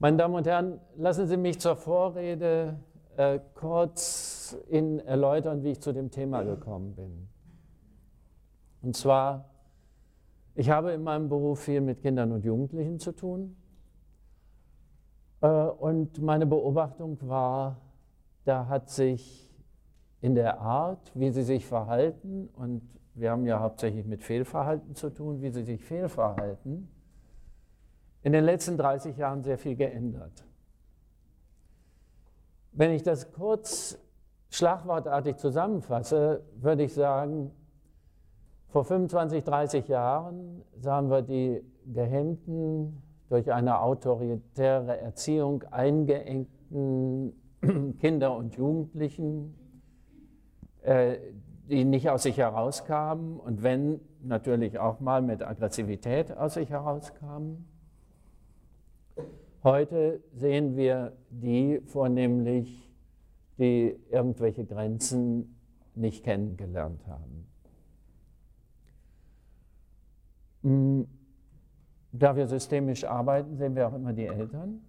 Meine Damen und Herren, lassen Sie mich zur Vorrede kurz Ihnen erläutern, wie ich zu dem Thema gekommen bin. Und zwar, ich habe in meinem Beruf viel mit Kindern und Jugendlichen zu tun. Und meine Beobachtung war, da hat sich in der Art, wie sie sich verhalten, und wir haben ja hauptsächlich mit Fehlverhalten zu tun, wie sie sich fehlverhalten, in den letzten 30 Jahren sehr viel geändert. Wenn ich das kurz schlagwortartig zusammenfasse, würde ich sagen, vor 25, 30 Jahren sahen wir die gehemmten, durch eine autoritäre Erziehung eingeengten Kinder und Jugendlichen, die nicht aus sich herauskamen und wenn, natürlich auch mal mit Aggressivität aus sich herauskamen. Heute sehen wir die vornehmlich, die irgendwelche Grenzen nicht kennengelernt haben. Da wir systemisch arbeiten, sehen wir auch immer die Eltern.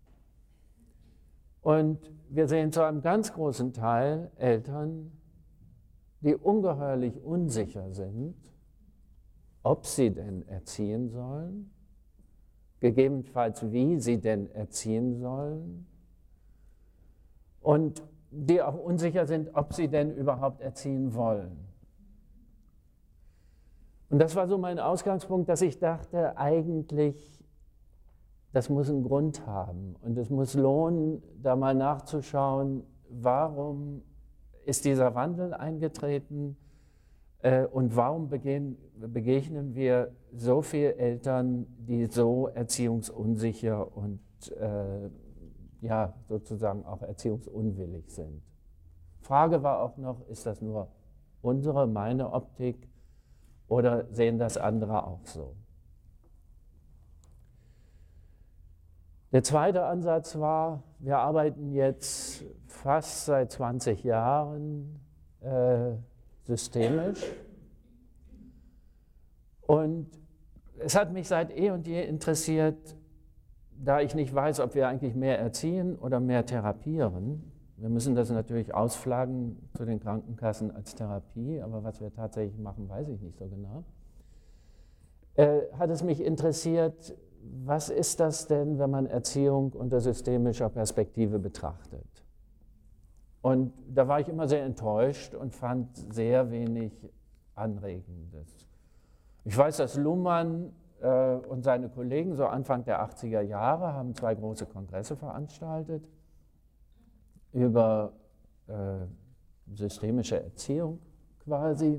Und wir sehen zu einem ganz großen Teil Eltern, die ungeheuerlich unsicher sind, ob sie denn erziehen sollen, gegebenenfalls wie sie denn erziehen sollen und die auch unsicher sind, ob sie denn überhaupt erziehen wollen. Und das war so mein Ausgangspunkt, dass ich dachte, eigentlich, das muss einen Grund haben und es muss lohnen, da mal nachzuschauen, warum ist dieser Wandel eingetreten und warum begegnen wir so vielen Eltern, die so erziehungsunsicher und ja, sozusagen auch erziehungsunwillig sind. Frage war auch noch, ist das nur meine Optik oder sehen das andere auch so? Der zweite Ansatz war, wir arbeiten jetzt fast seit 20 Jahren systemisch und es hat mich seit eh und je interessiert, da ich nicht weiß, ob wir eigentlich mehr erziehen oder mehr therapieren. Wir müssen das natürlich ausflaggen zu den Krankenkassen als Therapie, aber was wir tatsächlich machen, weiß ich nicht so genau. Hat es mich interessiert, was ist das denn, wenn man Erziehung unter systemischer Perspektive betrachtet? Und da war ich immer sehr enttäuscht und fand sehr wenig Anregendes. Ich weiß, dass Luhmann und seine Kollegen so Anfang der 80er Jahre haben 2 große Kongresse veranstaltet über systemische Erziehung quasi.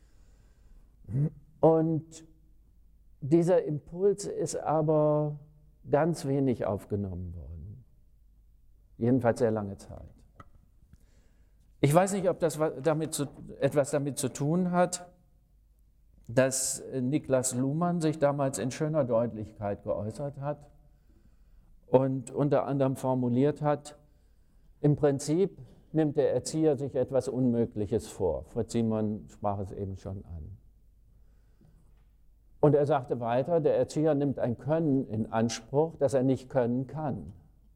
Und dieser Impuls ist aber ganz wenig aufgenommen worden. Jedenfalls sehr lange Zeit. Ich weiß nicht, ob das etwas damit zu tun hat, dass Niklas Luhmann sich damals in schöner Deutlichkeit geäußert hat und unter anderem formuliert hat, im Prinzip nimmt der Erzieher sich etwas Unmögliches vor. Fritz Simon sprach es eben schon an. Und er sagte weiter, der Erzieher nimmt ein Können in Anspruch, das er nicht können kann.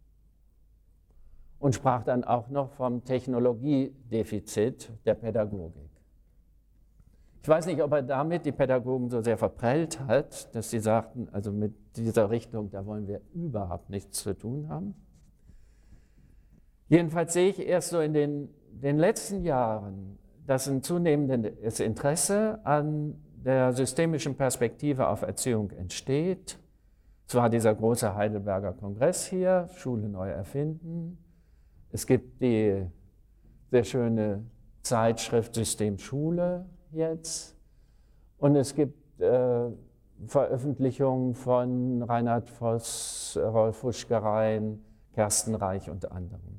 Und sprach dann auch noch vom Technologiedefizit der Pädagogik. Ich weiß nicht, ob er damit die Pädagogen so sehr verprellt hat, dass sie sagten, also mit dieser Richtung, da wollen wir überhaupt nichts zu tun haben. Jedenfalls sehe ich erst so in den letzten Jahren, dass ein zunehmendes Interesse an der systemischen Perspektive auf Erziehung entsteht. Es war dieser große Heidelberger Kongress hier, Schule neu erfinden. Es gibt die sehr schöne Zeitschrift System Schule jetzt. Und es gibt Veröffentlichungen von Reinhard Voss, Rolf Fuschgerein, Kersten Reich und anderen.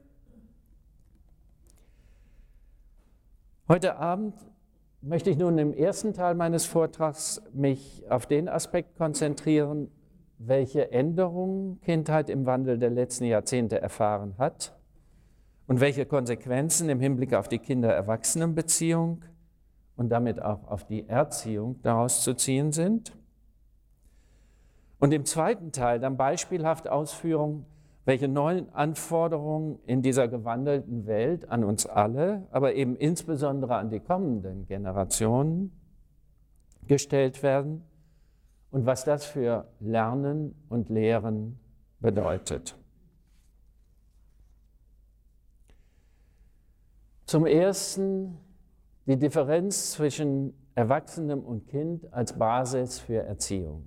Heute Abend möchte ich nun im ersten Teil meines Vortrags mich auf den Aspekt konzentrieren, welche Änderungen Kindheit im Wandel der letzten Jahrzehnte erfahren hat und welche Konsequenzen im Hinblick auf die Kinder-Erwachsenen-Beziehung und damit auch auf die Erziehung daraus zu ziehen sind. Und im zweiten Teil dann beispielhaft Ausführungen, welche neuen Anforderungen in dieser gewandelten Welt an uns alle, aber eben insbesondere an die kommenden Generationen gestellt werden und was das für Lernen und Lehren bedeutet. Zum Ersten die Differenz zwischen Erwachsenem und Kind als Basis für Erziehung.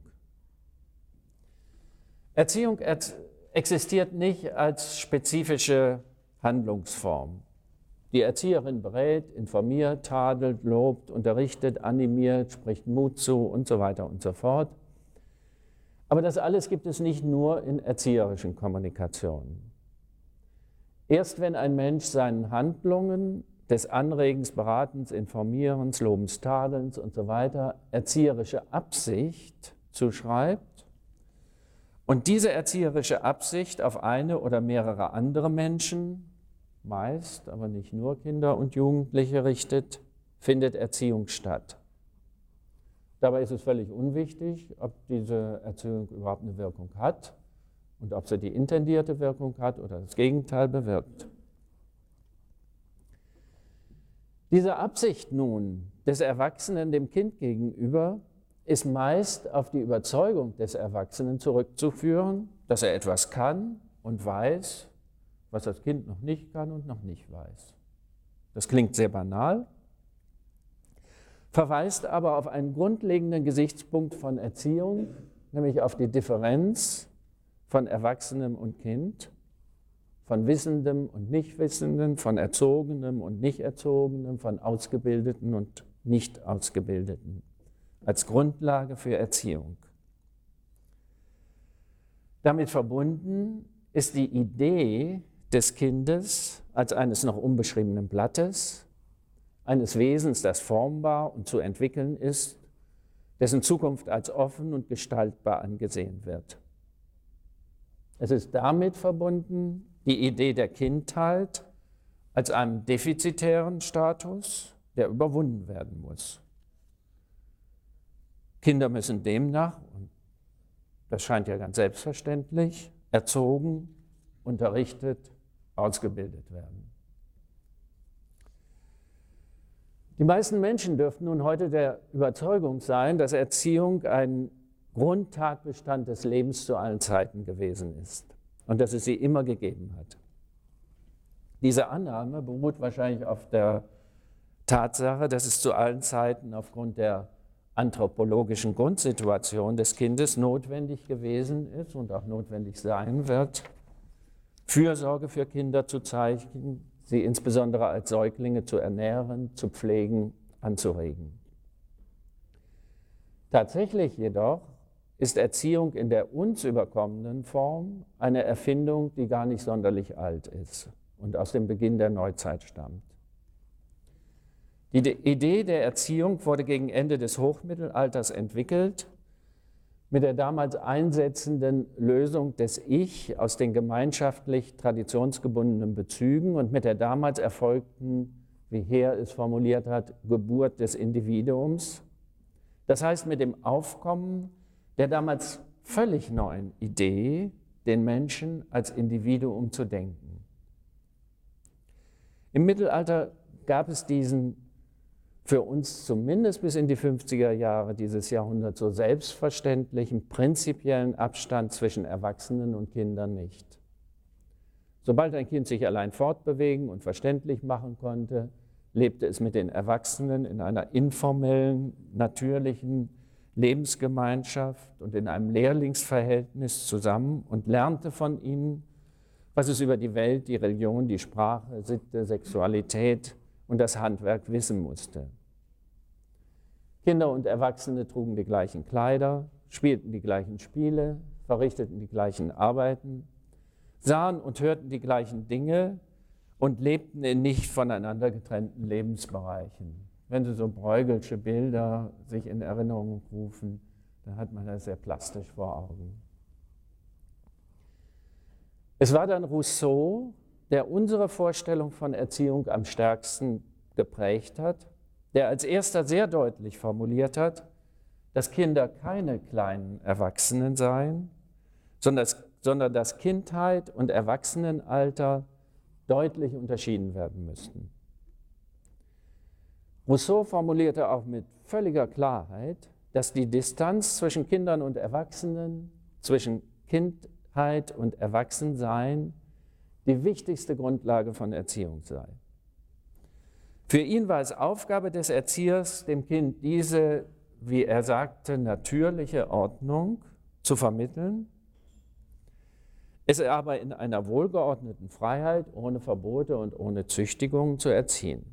Erziehung existiert nicht als spezifische Handlungsform. Die Erzieherin berät, informiert, tadelt, lobt, unterrichtet, animiert, spricht Mut zu und so weiter und so fort. Aber das alles gibt es nicht nur in erzieherischen Kommunikationen. Erst wenn ein Mensch seinen Handlungen des Anregens, Beratens, Informierens, Lobens, Tadelns und so weiter erzieherische Absicht zuschreibt und diese erzieherische Absicht auf eine oder mehrere andere Menschen, meist, aber nicht nur Kinder und Jugendliche richtet, findet Erziehung statt. Dabei ist es völlig unwichtig, ob diese Erziehung überhaupt eine Wirkung hat und ob sie die intendierte Wirkung hat oder das Gegenteil bewirkt. Diese Absicht nun des Erwachsenen dem Kind gegenüber ist meist auf die Überzeugung des Erwachsenen zurückzuführen, dass er etwas kann und weiß, was das Kind noch nicht kann und noch nicht weiß. Das klingt sehr banal, verweist aber auf einen grundlegenden Gesichtspunkt von Erziehung, nämlich auf die Differenz von Erwachsenem und Kind, von Wissendem und Nichtwissendem, von Erzogenem und Nichterzogenem, von Ausgebildeten und Nicht-Ausgebildeten, als Grundlage für Erziehung. Damit verbunden ist die Idee des Kindes als eines noch unbeschriebenen Blattes, eines Wesens, das formbar und zu entwickeln ist, dessen Zukunft als offen und gestaltbar angesehen wird. Es ist damit verbunden die Idee der Kindheit als einem defizitären Status, der überwunden werden muss. Kinder müssen demnach, und das scheint ja ganz selbstverständlich, erzogen, unterrichtet, ausgebildet werden. Die meisten Menschen dürften nun heute der Überzeugung sein, dass Erziehung ein Grundtatbestand des Lebens zu allen Zeiten gewesen ist und dass es sie immer gegeben hat. Diese Annahme beruht wahrscheinlich auf der Tatsache, dass es zu allen Zeiten aufgrund der anthropologischen Grundsituation des Kindes notwendig gewesen ist und auch notwendig sein wird, Fürsorge für Kinder zu zeigen, sie insbesondere als Säuglinge zu ernähren, zu pflegen, anzuregen. Tatsächlich jedoch ist Erziehung in der uns überkommenen Form eine Erfindung, die gar nicht sonderlich alt ist und aus dem Beginn der Neuzeit stammt. Die Idee der Erziehung wurde gegen Ende des Hochmittelalters entwickelt, mit der damals einsetzenden Lösung des Ich aus den gemeinschaftlich traditionsgebundenen Bezügen und mit der damals erfolgten, wie Heer es formuliert hat, Geburt des Individuums. Das heißt, mit dem Aufkommen der damals völlig neuen Idee, den Menschen als Individuum zu denken. Im Mittelalter gab es diesen für uns zumindest bis in die 50er Jahre dieses Jahrhunderts so selbstverständlichen, prinzipiellen Abstand zwischen Erwachsenen und Kindern nicht. Sobald ein Kind sich allein fortbewegen und verständlich machen konnte, lebte es mit den Erwachsenen in einer informellen, natürlichen Lebensgemeinschaft und in einem Lehrlingsverhältnis zusammen und lernte von ihnen, was es über die Welt, die Religion, die Sprache, Sitte, Sexualität und das Handwerk wissen musste. Kinder und Erwachsene trugen die gleichen Kleider, spielten die gleichen Spiele, verrichteten die gleichen Arbeiten, sahen und hörten die gleichen Dinge und lebten in nicht voneinander getrennten Lebensbereichen. Wenn Sie so Bruegelsche Bilder sich in Erinnerung rufen, dann hat man das sehr plastisch vor Augen. Es war dann Rousseau, der unsere Vorstellung von Erziehung am stärksten geprägt hat, der als erster sehr deutlich formuliert hat, dass Kinder keine kleinen Erwachsenen seien, sondern dass Kindheit und Erwachsenenalter deutlich unterschieden werden müssten. Rousseau formulierte auch mit völliger Klarheit, dass die Distanz zwischen Kindern und Erwachsenen, zwischen Kindheit und Erwachsensein die wichtigste Grundlage von Erziehung sei. Für ihn war es Aufgabe des Erziehers, dem Kind diese, wie er sagte, natürliche Ordnung zu vermitteln, es aber in einer wohlgeordneten Freiheit, ohne Verbote und ohne Züchtigung zu erziehen.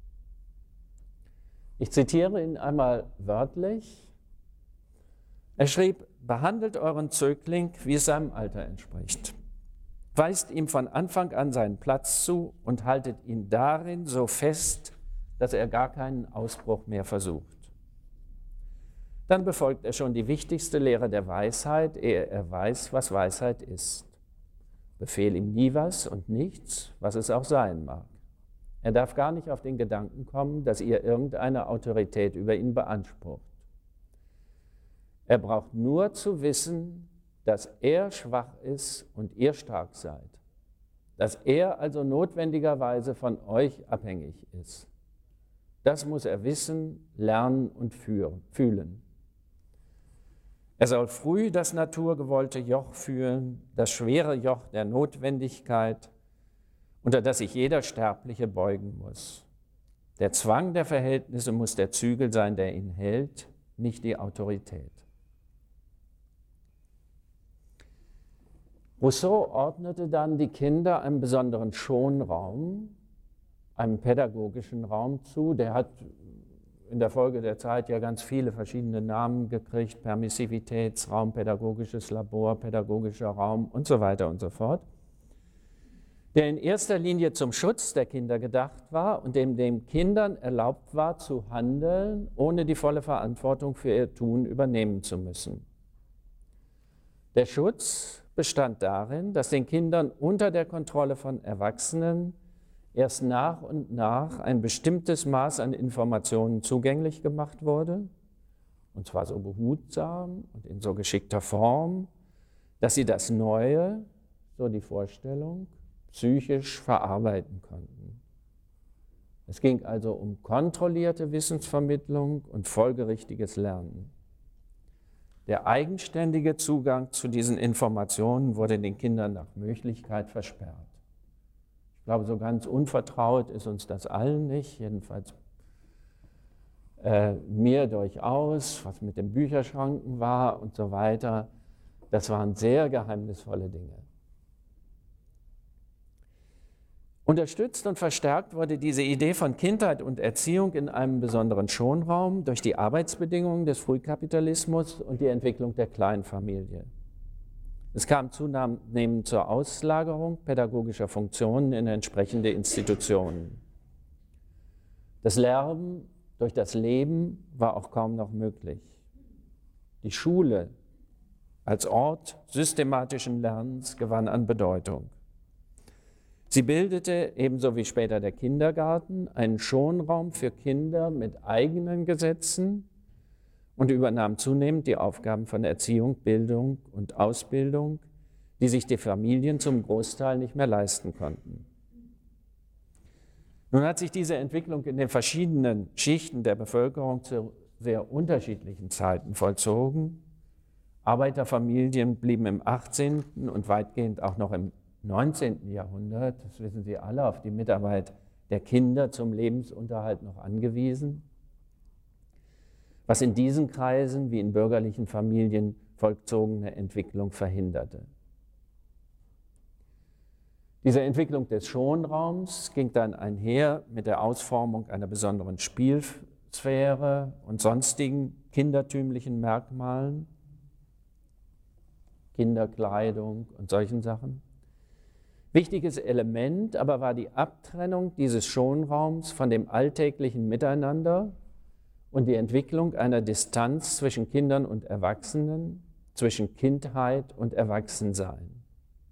Ich zitiere ihn einmal wörtlich. Er schrieb: Behandelt euren Zögling, wie es seinem Alter entspricht. Weist ihm von Anfang an seinen Platz zu und haltet ihn darin so fest, dass er gar keinen Ausbruch mehr versucht. Dann befolgt er schon die wichtigste Lehre der Weisheit, ehe er weiß, was Weisheit ist. Befehl ihm nie was und nichts, was es auch sein mag. Er darf gar nicht auf den Gedanken kommen, dass ihr irgendeine Autorität über ihn beansprucht. Er braucht nur zu wissen, dass er schwach ist und ihr stark seid, dass er also notwendigerweise von euch abhängig ist. Das muss er wissen, lernen und fühlen. Er soll früh das naturgewollte Joch fühlen, das schwere Joch der Notwendigkeit, unter das sich jeder Sterbliche beugen muss. Der Zwang der Verhältnisse muss der Zügel sein, der ihn hält, nicht die Autorität. Rousseau ordnete dann die Kinder einem besonderen Schonraum, einem pädagogischen Raum zu. Der hat in der Folge der Zeit ja ganz viele verschiedene Namen gekriegt: Permissivitätsraum, pädagogisches Labor, pädagogischer Raum und so weiter und so fort, der in erster Linie zum Schutz der Kinder gedacht war und dem den Kindern erlaubt war, zu handeln, ohne die volle Verantwortung für ihr Tun übernehmen zu müssen. Der Schutz bestand darin, dass den Kindern unter der Kontrolle von Erwachsenen erst nach und nach ein bestimmtes Maß an Informationen zugänglich gemacht wurde, und zwar so behutsam und in so geschickter Form, dass sie das Neue, so die Vorstellung, psychisch verarbeiten konnten. Es ging also um kontrollierte Wissensvermittlung und folgerichtiges Lernen. Der eigenständige Zugang zu diesen Informationen wurde den Kindern nach Möglichkeit versperrt. Ich glaube, so ganz unvertraut ist uns das allen nicht, jedenfalls mir durchaus, was mit den Bücherschranken war und so weiter. Das waren sehr geheimnisvolle Dinge. Unterstützt und verstärkt wurde diese Idee von Kindheit und Erziehung in einem besonderen Schonraum durch die Arbeitsbedingungen des Frühkapitalismus und die Entwicklung der Kleinfamilie. Es kam zunehmend zur Auslagerung pädagogischer Funktionen in entsprechende Institutionen. Das Lernen durch das Leben war auch kaum noch möglich. Die Schule als Ort systematischen Lernens gewann an Bedeutung. Sie bildete, ebenso wie später der Kindergarten, einen Schonraum für Kinder mit eigenen Gesetzen und übernahm zunehmend die Aufgaben von Erziehung, Bildung und Ausbildung, die sich die Familien zum Großteil nicht mehr leisten konnten. Nun hat sich diese Entwicklung in den verschiedenen Schichten der Bevölkerung zu sehr unterschiedlichen Zeiten vollzogen. Arbeiterfamilien blieben im 18. und weitgehend auch noch im 19. Jahrhundert, das wissen Sie alle, auf die Mitarbeit der Kinder zum Lebensunterhalt noch angewiesen, was in diesen Kreisen wie in bürgerlichen Familien vollzogene Entwicklung verhinderte. Diese Entwicklung des Schonraums ging dann einher mit der Ausformung einer besonderen Spielsphäre und sonstigen kindertümlichen Merkmalen, Kinderkleidung und solchen Sachen. Wichtiges Element aber war die Abtrennung dieses Schonraums von dem alltäglichen Miteinander und die Entwicklung einer Distanz zwischen Kindern und Erwachsenen, zwischen Kindheit und Erwachsensein.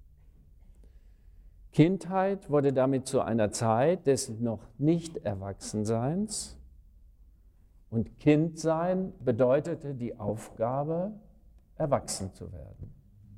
Kindheit wurde damit zu einer Zeit des noch nicht Erwachsenseins Und Kindsein bedeutete die Aufgabe, erwachsen zu werden.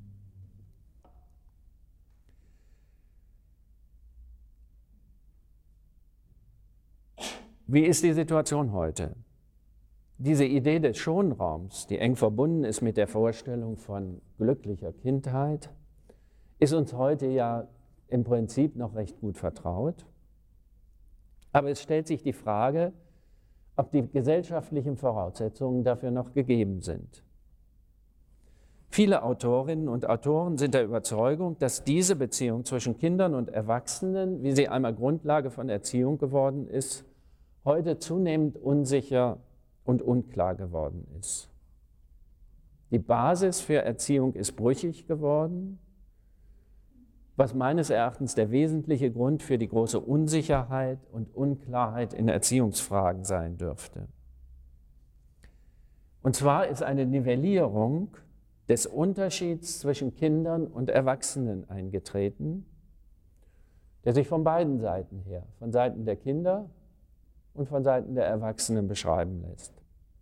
Wie ist die Situation heute? Diese Idee des Schonraums, die eng verbunden ist mit der Vorstellung von glücklicher Kindheit, ist uns heute ja im Prinzip noch recht gut vertraut. Aber es stellt sich die Frage, ob die gesellschaftlichen Voraussetzungen dafür noch gegeben sind. Viele Autorinnen und Autoren sind der Überzeugung, dass diese Beziehung zwischen Kindern und Erwachsenen, wie sie einmal Grundlage von Erziehung geworden ist, heute zunehmend unsicher und unklar geworden ist. Die Basis für Erziehung ist brüchig geworden, was meines Erachtens der wesentliche Grund für die große Unsicherheit und Unklarheit in Erziehungsfragen sein dürfte. Und zwar ist eine Nivellierung des Unterschieds zwischen Kindern und Erwachsenen eingetreten, der sich von beiden Seiten her, von Seiten der Kinder und von Seiten der Erwachsenen beschreiben lässt.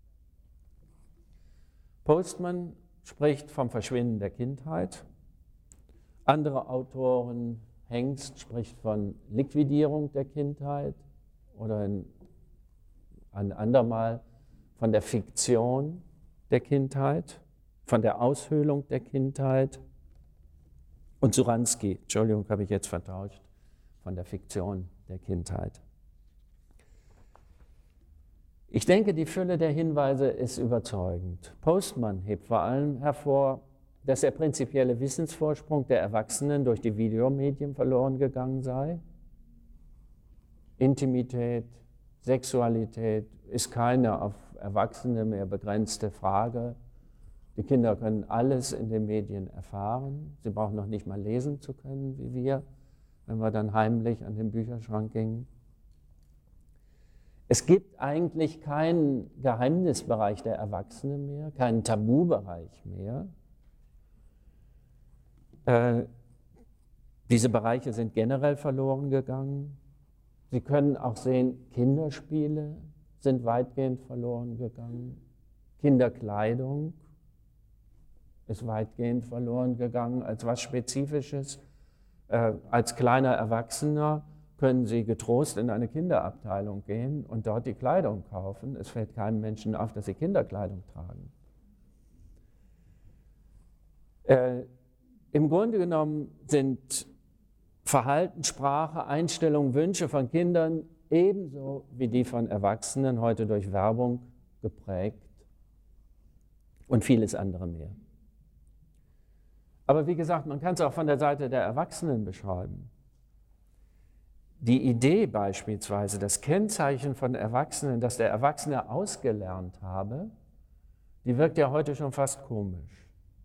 Postman spricht vom Verschwinden der Kindheit. Andere Autoren, Hengst spricht von Liquidierung der Kindheit oder ein andermal von der Fiktion der Kindheit, von der Aushöhlung der Kindheit. Und Suransky, Entschuldigung, habe ich jetzt vertauscht, von der Fiktion der Kindheit. Ich denke, die Fülle der Hinweise ist überzeugend. Postman hebt vor allem hervor, dass der prinzipielle Wissensvorsprung der Erwachsenen durch die Videomedien verloren gegangen sei. Intimität, Sexualität ist keine auf Erwachsene mehr begrenzte Frage. Die Kinder können alles in den Medien erfahren. Sie brauchen noch nicht mal lesen zu können, wie wir, wenn wir dann heimlich an den Bücherschrank gingen. Es gibt eigentlich keinen Geheimnisbereich der Erwachsenen mehr, keinen Tabubereich mehr. Diese Bereiche sind generell verloren gegangen. Sie können auch sehen, Kinderspiele sind weitgehend verloren gegangen. Kinderkleidung ist weitgehend verloren gegangen als was Spezifisches. Als kleiner Erwachsener können Sie getrost in eine Kinderabteilung gehen und dort die Kleidung kaufen. Es fällt keinem Menschen auf, dass Sie Kinderkleidung tragen. Im Grunde genommen sind Verhalten, Sprache, Einstellungen, Wünsche von Kindern ebenso wie die von Erwachsenen heute durch Werbung geprägt und vieles andere mehr. Aber wie gesagt, man kann es auch von der Seite der Erwachsenen beschreiben. Die Idee beispielsweise, das Kennzeichen von Erwachsenen, dass der Erwachsene ausgelernt habe, die wirkt ja heute schon fast komisch.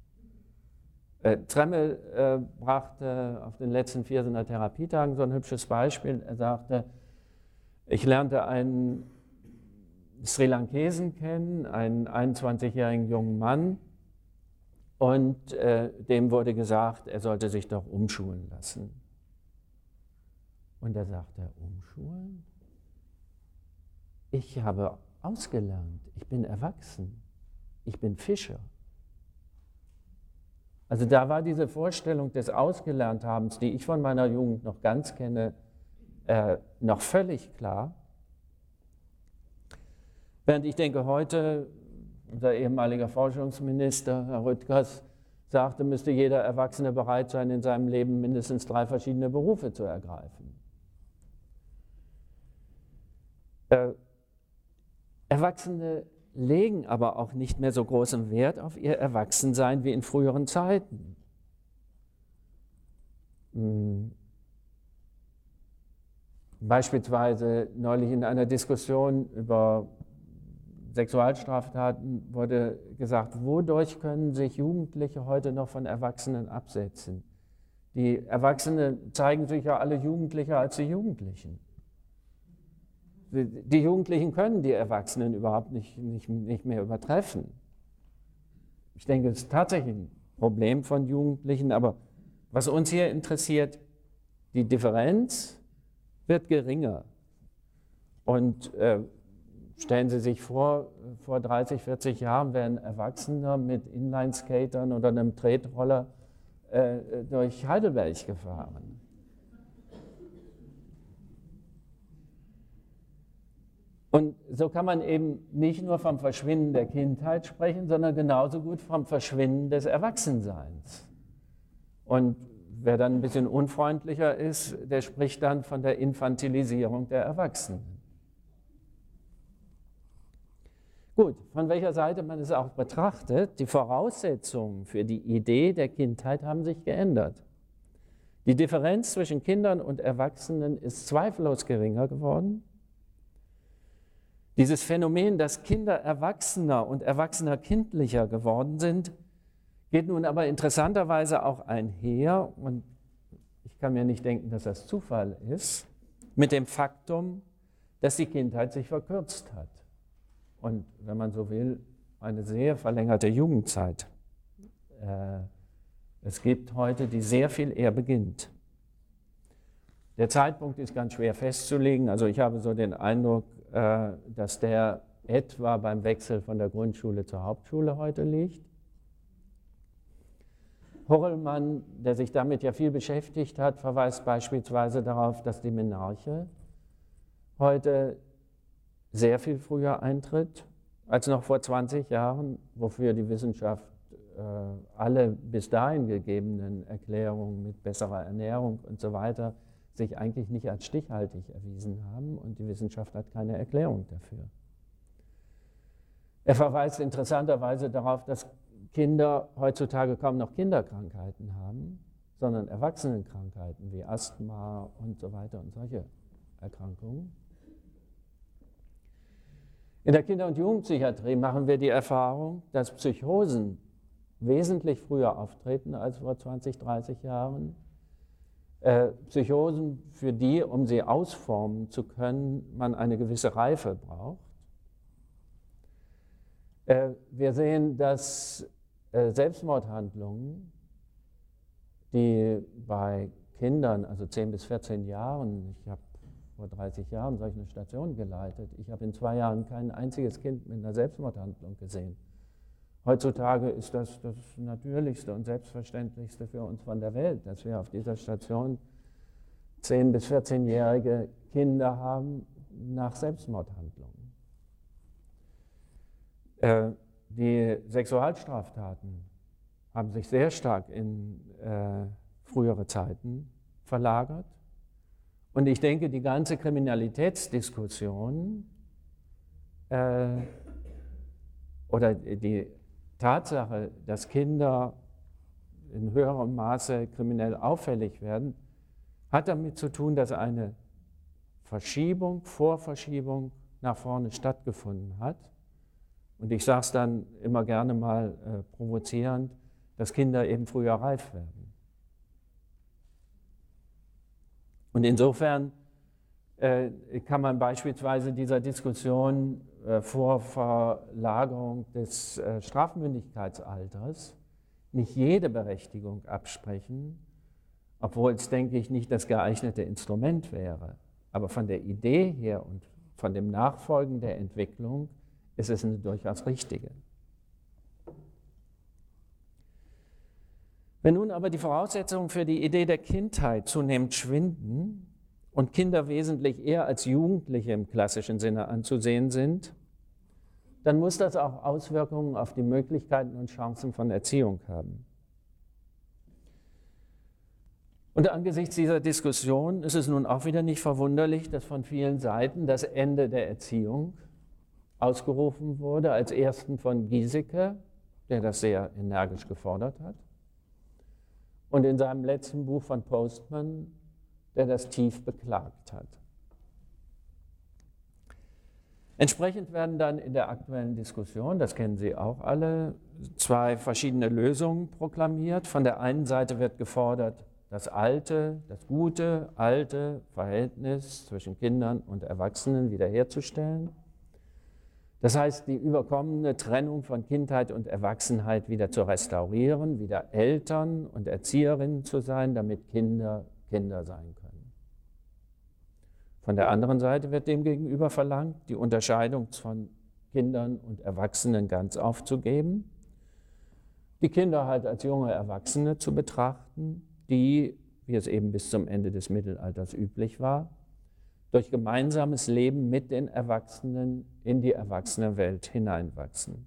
Tremmel brachte auf den letzten 4 Therapietagen so ein hübsches Beispiel. Er sagte, ich lernte einen Sri Lankesen kennen, einen 21-jährigen jungen Mann, und dem wurde gesagt, er sollte sich doch umschulen lassen. Und er sagte, umschulen? Ich habe ausgelernt, ich bin erwachsen, ich bin Fischer. Also da war diese Vorstellung des Ausgelernthabens, die ich von meiner Jugend noch ganz kenne, noch völlig klar. Während ich denke, heute, unser ehemaliger Forschungsminister, Herr Rüttgers, sagte, müsste jeder Erwachsene bereit sein, in seinem Leben mindestens 3 verschiedene Berufe zu ergreifen. Erwachsene legen aber auch nicht mehr so großen Wert auf ihr Erwachsensein wie in früheren Zeiten. Beispielsweise neulich in einer Diskussion über Sexualstraftaten wurde gesagt, wodurch können sich Jugendliche heute noch von Erwachsenen absetzen? Die Erwachsenen zeigen sich ja alle jugendlicher als die Jugendlichen. Die Jugendlichen können die Erwachsenen überhaupt nicht mehr übertreffen. Ich denke, es ist tatsächlich ein Problem von Jugendlichen, aber was uns hier interessiert, die Differenz wird geringer. Und Stellen Sie sich vor 30, 40 Jahren wäre ein Erwachsener mit Inline-Skatern oder einem Tretroller durch Heidelberg gefahren. Und so kann man eben nicht nur vom Verschwinden der Kindheit sprechen, sondern genauso gut vom Verschwinden des Erwachsenseins. Und wer dann ein bisschen unfreundlicher ist, der spricht dann von der Infantilisierung der Erwachsenen. Gut, von welcher Seite man es auch betrachtet, die Voraussetzungen für die Idee der Kindheit haben sich geändert. Die Differenz zwischen Kindern und Erwachsenen ist zweifellos geringer geworden. Dieses Phänomen, dass Kinder erwachsener und Erwachsener kindlicher geworden sind, geht nun aber interessanterweise auch einher, und ich kann mir nicht denken, dass das Zufall ist, mit dem Faktum, dass die Kindheit sich verkürzt hat. Und wenn man so will, eine sehr verlängerte Jugendzeit. Es gibt heute, die sehr viel eher beginnt. Der Zeitpunkt ist ganz schwer festzulegen. Also ich habe so den Eindruck, dass der etwa beim Wechsel von der Grundschule zur Hauptschule heute liegt. Horrellmann, der sich damit ja viel beschäftigt hat, verweist beispielsweise darauf, dass die Menarche heute sehr viel früher eintritt als noch vor 20 Jahren, wofür die Wissenschaft alle bis dahin gegebenen Erklärungen mit besserer Ernährung und so weiter sich eigentlich nicht als stichhaltig erwiesen haben, und die Wissenschaft hat keine Erklärung dafür. Er verweist interessanterweise darauf, dass Kinder heutzutage kaum noch Kinderkrankheiten haben, sondern Erwachsenenkrankheiten wie Asthma und so weiter und solche Erkrankungen. In der Kinder- und Jugendpsychiatrie machen wir die Erfahrung, dass Psychosen wesentlich früher auftreten als vor 20, 30 Jahren. Psychosen, für die, um sie ausformen zu können, man eine gewisse Reife braucht. Wir sehen, dass Selbstmordhandlungen, die bei Kindern, also 10 bis 14 Jahren, ich habe vor 30 Jahren solch eine Station geleitet, ich habe in 2 Jahren kein einziges Kind mit einer Selbstmordhandlung gesehen. Heutzutage ist das das Natürlichste und Selbstverständlichste für uns von der Welt, dass wir auf dieser Station 10- bis 14-jährige Kinder haben nach Selbstmordhandlungen. Die Sexualstraftaten haben sich sehr stark in frühere Zeiten verlagert. Und ich denke, die ganze Kriminalitätsdiskussion oder die Tatsache, dass Kinder in höherem Maße kriminell auffällig werden, hat damit zu tun, dass eine Vorverschiebung nach vorne stattgefunden hat. Und ich sage es dann immer gerne mal provozierend, dass Kinder eben früher reif werden. Und insofern kann man beispielsweise dieser Diskussion vor Verlagerung des Strafmündigkeitsalters nicht jede Berechtigung absprechen, obwohl es, denke ich, nicht das geeignete Instrument wäre. Aber von der Idee her und von dem Nachfolgen der Entwicklung ist es eine durchaus richtige. Wenn nun aber die Voraussetzungen für die Idee der Kindheit zunehmend schwinden und Kinder wesentlich eher als Jugendliche im klassischen Sinne anzusehen sind, dann muss das auch Auswirkungen auf die Möglichkeiten und Chancen von Erziehung haben. Und angesichts dieser Diskussion ist es nun auch wieder nicht verwunderlich, dass von vielen Seiten das Ende der Erziehung ausgerufen wurde, als ersten von Giesecke, der das sehr energisch gefordert hat, und in seinem letzten Buch von Postman, der das tief beklagt hat. Entsprechend werden dann in der aktuellen Diskussion, das kennen Sie auch alle, 2 verschiedene Lösungen proklamiert. Von der einen Seite wird gefordert, das gute, alte Verhältnis zwischen Kindern und Erwachsenen wiederherzustellen. Das heißt, die überkommene Trennung von Kindheit und Erwachsenheit wieder zu restaurieren, wieder Eltern und Erzieherinnen zu sein, damit Kinder Kinder sein können. Von der anderen Seite wird demgegenüber verlangt, die Unterscheidung von Kindern und Erwachsenen ganz aufzugeben, die Kinder halt als junge Erwachsene zu betrachten, die, wie es eben bis zum Ende des Mittelalters üblich war, durch gemeinsames Leben mit den Erwachsenen in die Erwachsenenwelt hineinwachsen.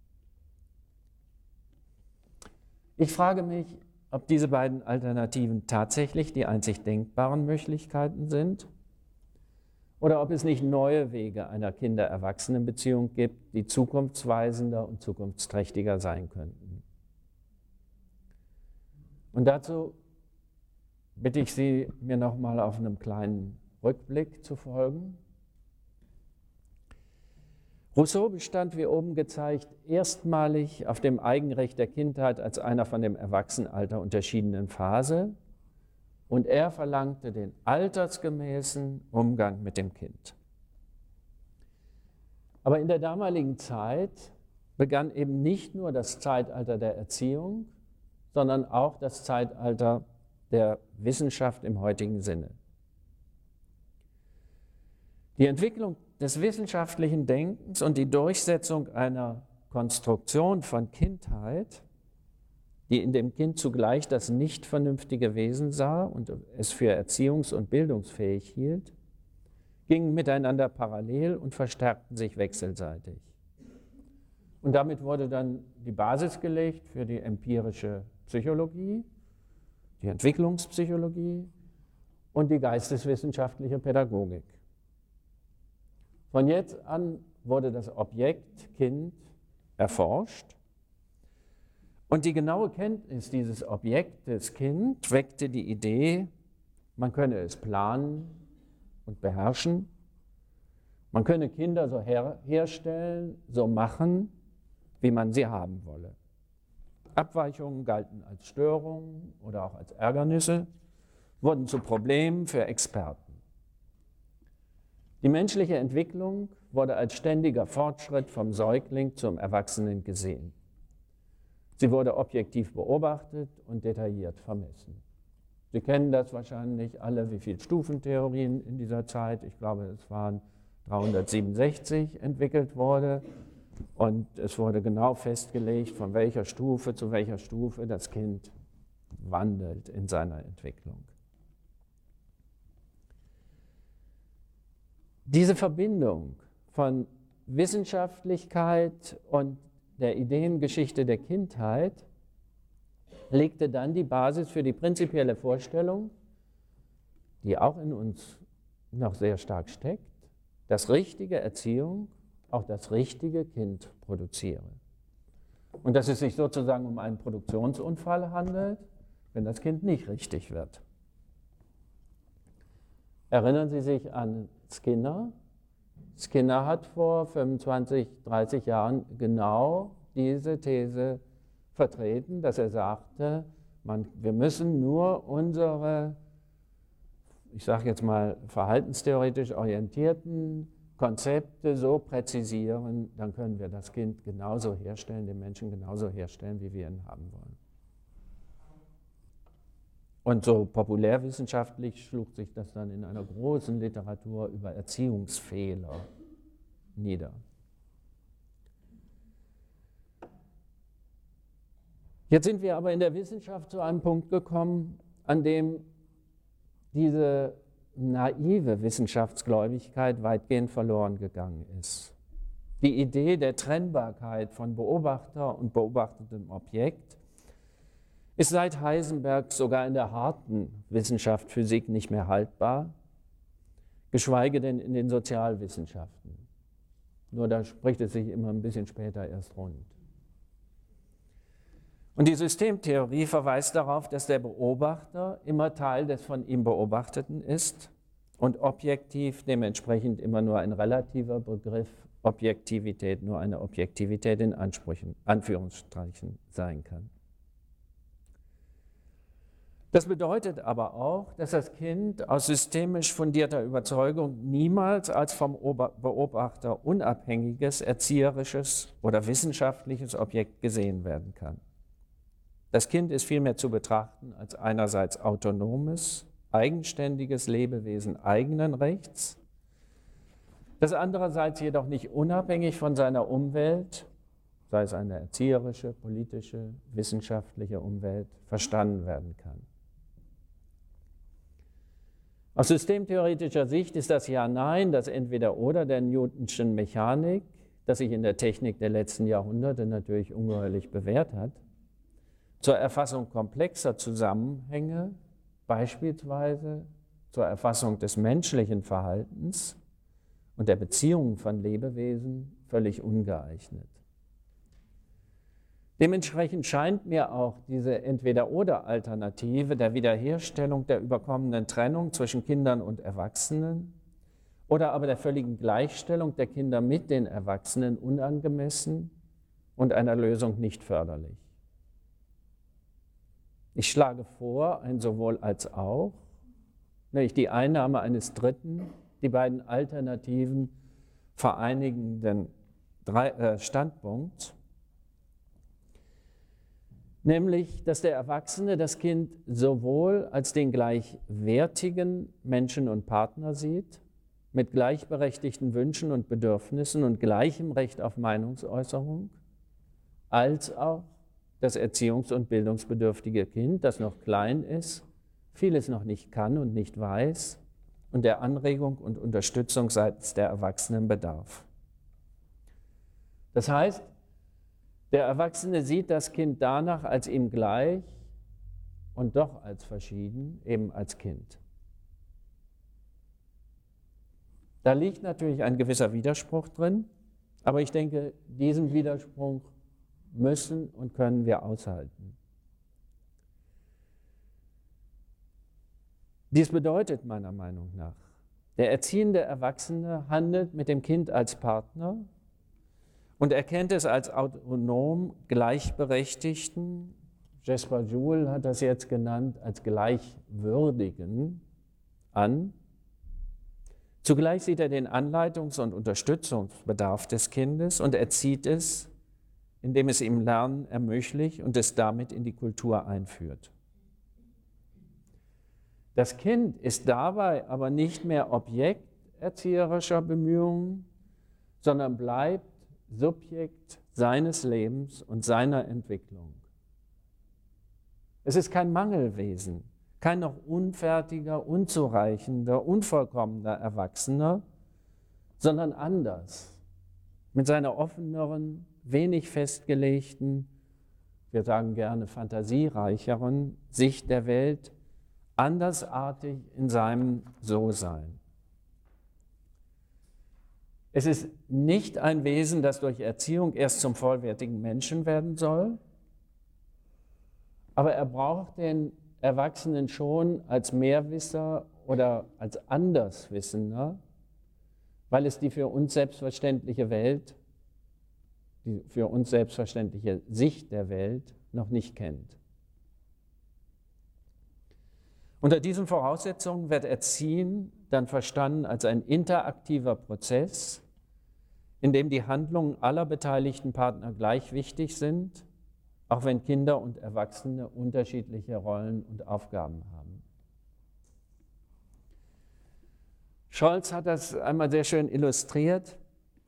Ich frage mich, ob diese beiden Alternativen tatsächlich die einzig denkbaren Möglichkeiten sind oder ob es nicht neue Wege einer Kinder-Erwachsenen-Beziehung gibt, die zukunftsweisender und zukunftsträchtiger sein könnten. Und dazu bitte ich Sie, mir nochmal auf einem kleinen Rückblick zu folgen. Rousseau bestand, wie oben gezeigt, erstmalig auf dem Eigenrecht der Kindheit als einer von dem Erwachsenenalter unterschiedenen Phase und er verlangte den altersgemäßen Umgang mit dem Kind. Aber in der damaligen Zeit begann eben nicht nur das Zeitalter der Erziehung, sondern auch das Zeitalter der Wissenschaft im heutigen Sinne. Die Entwicklung des wissenschaftlichen Denkens und die Durchsetzung einer Konstruktion von Kindheit, die in dem Kind zugleich das nicht vernünftige Wesen sah und es für erziehungs- und bildungsfähig hielt, gingen miteinander parallel und verstärkten sich wechselseitig. Und damit wurde dann die Basis gelegt für die empirische Psychologie, die Entwicklungspsychologie und die geisteswissenschaftliche Pädagogik. Von jetzt an wurde das Objekt Kind erforscht und die genaue Kenntnis dieses Objektes Kind weckte die Idee, man könne es planen und beherrschen, man könne Kinder so herstellen, so machen, wie man sie haben wolle. Abweichungen galten als Störungen oder auch als Ärgernisse, wurden zu Problemen für Experten. Die menschliche Entwicklung wurde als ständiger Fortschritt vom Säugling zum Erwachsenen gesehen. Sie wurde objektiv beobachtet und detailliert vermessen. Sie kennen das wahrscheinlich alle, wie viele Stufentheorien in dieser Zeit, ich glaube, es waren 367 entwickelt wurde. Und es wurde genau festgelegt, von welcher Stufe zu welcher Stufe das Kind wandelt in seiner Entwicklung. Diese Verbindung von Wissenschaftlichkeit und der Ideengeschichte der Kindheit legte dann die Basis für die prinzipielle Vorstellung, die auch in uns noch sehr stark steckt, dass richtige Erziehung auch das richtige Kind produziere. Und dass es sich sozusagen um einen Produktionsunfall handelt, wenn das Kind nicht richtig wird. Erinnern Sie sich an Skinner? Skinner hat vor 25, 30 Jahren genau diese These vertreten, dass er sagte, wir müssen nur unsere, ich sage jetzt mal, verhaltenstheoretisch orientierten Konzepte so präzisieren, dann können wir das Kind genauso herstellen, den Menschen genauso herstellen, wie wir ihn haben wollen. Und so populärwissenschaftlich schlug sich das dann in einer großen Literatur über Erziehungsfehler nieder. Jetzt sind wir aber in der Wissenschaft zu einem Punkt gekommen, an dem diese naive Wissenschaftsgläubigkeit weitgehend verloren gegangen ist. Die Idee der Trennbarkeit von Beobachter und beobachtetem Objekt ist seit Heisenberg sogar in der harten Wissenschaft Physik nicht mehr haltbar, geschweige denn in den Sozialwissenschaften. Nur da spricht es sich immer ein bisschen später erst rund. Und die Systemtheorie verweist darauf, dass der Beobachter immer Teil des von ihm Beobachteten ist und objektiv dementsprechend immer nur ein relativer Begriff, Objektivität nur eine Objektivität in Anführungsstrichen sein kann. Das bedeutet aber auch, dass das Kind aus systemisch fundierter Überzeugung niemals als vom Beobachter unabhängiges, erzieherisches oder wissenschaftliches Objekt gesehen werden kann. Das Kind ist vielmehr zu betrachten als einerseits autonomes, eigenständiges Lebewesen eigenen Rechts, das andererseits jedoch nicht unabhängig von seiner Umwelt, sei es eine erzieherische, politische, wissenschaftliche Umwelt, verstanden werden kann. Aus systemtheoretischer Sicht ist das Ja-Nein, das Entweder-Oder der Newtonschen Mechanik, das sich in der Technik der letzten Jahrhunderte natürlich ungeheuerlich bewährt hat, zur Erfassung komplexer Zusammenhänge, beispielsweise zur Erfassung des menschlichen Verhaltens und der Beziehungen von Lebewesen, völlig ungeeignet. Dementsprechend scheint mir auch diese Entweder-oder-Alternative der Wiederherstellung der überkommenen Trennung zwischen Kindern und Erwachsenen oder aber der völligen Gleichstellung der Kinder mit den Erwachsenen unangemessen und einer Lösung nicht förderlich. Ich schlage vor, ein sowohl als auch, nämlich die Einnahme eines dritten, die beiden alternativen vereinigenden Standpunkts, nämlich, dass der Erwachsene das Kind sowohl als den gleichwertigen Menschen und Partner sieht, mit gleichberechtigten Wünschen und Bedürfnissen und gleichem Recht auf Meinungsäußerung, als auch das erziehungs- und bildungsbedürftige Kind, das noch klein ist, vieles noch nicht kann und nicht weiß und der Anregung und Unterstützung seitens der Erwachsenen bedarf. Das heißt, der Erwachsene sieht das Kind danach als ihm gleich und doch als verschieden, eben als Kind. Da liegt natürlich ein gewisser Widerspruch drin, aber ich denke, diesen Widerspruch müssen und können wir aushalten. Dies bedeutet meiner Meinung nach, der erziehende Erwachsene handelt mit dem Kind als Partner und erkennt es als autonom gleichberechtigten, Jesper Juhl hat das jetzt genannt, als gleichwürdigen an. Zugleich sieht er den Anleitungs- und Unterstützungsbedarf des Kindes und erzieht es, indem es ihm Lernen ermöglicht und es damit in die Kultur einführt. Das Kind ist dabei aber nicht mehr Objekt erzieherischer Bemühungen, sondern bleibt Subjekt seines Lebens und seiner Entwicklung. Es ist kein Mangelwesen, kein noch unfertiger, unzureichender, unvollkommener Erwachsener, sondern anders, mit seiner offeneren, wenig festgelegten, wir sagen gerne fantasiereicheren Sicht der Welt, andersartig in seinem So-Sein. Es ist nicht ein Wesen, das durch Erziehung erst zum vollwertigen Menschen werden soll, aber er braucht den Erwachsenen schon als Mehrwisser oder als Anderswissender, weil es die für uns selbstverständliche Welt, die für uns selbstverständliche Sicht der Welt noch nicht kennt. Unter diesen Voraussetzungen wird Erziehen dann verstanden als ein interaktiver Prozess, in dem die Handlungen aller beteiligten Partner gleich wichtig sind, auch wenn Kinder und Erwachsene unterschiedliche Rollen und Aufgaben haben. Scholz hat das einmal sehr schön illustriert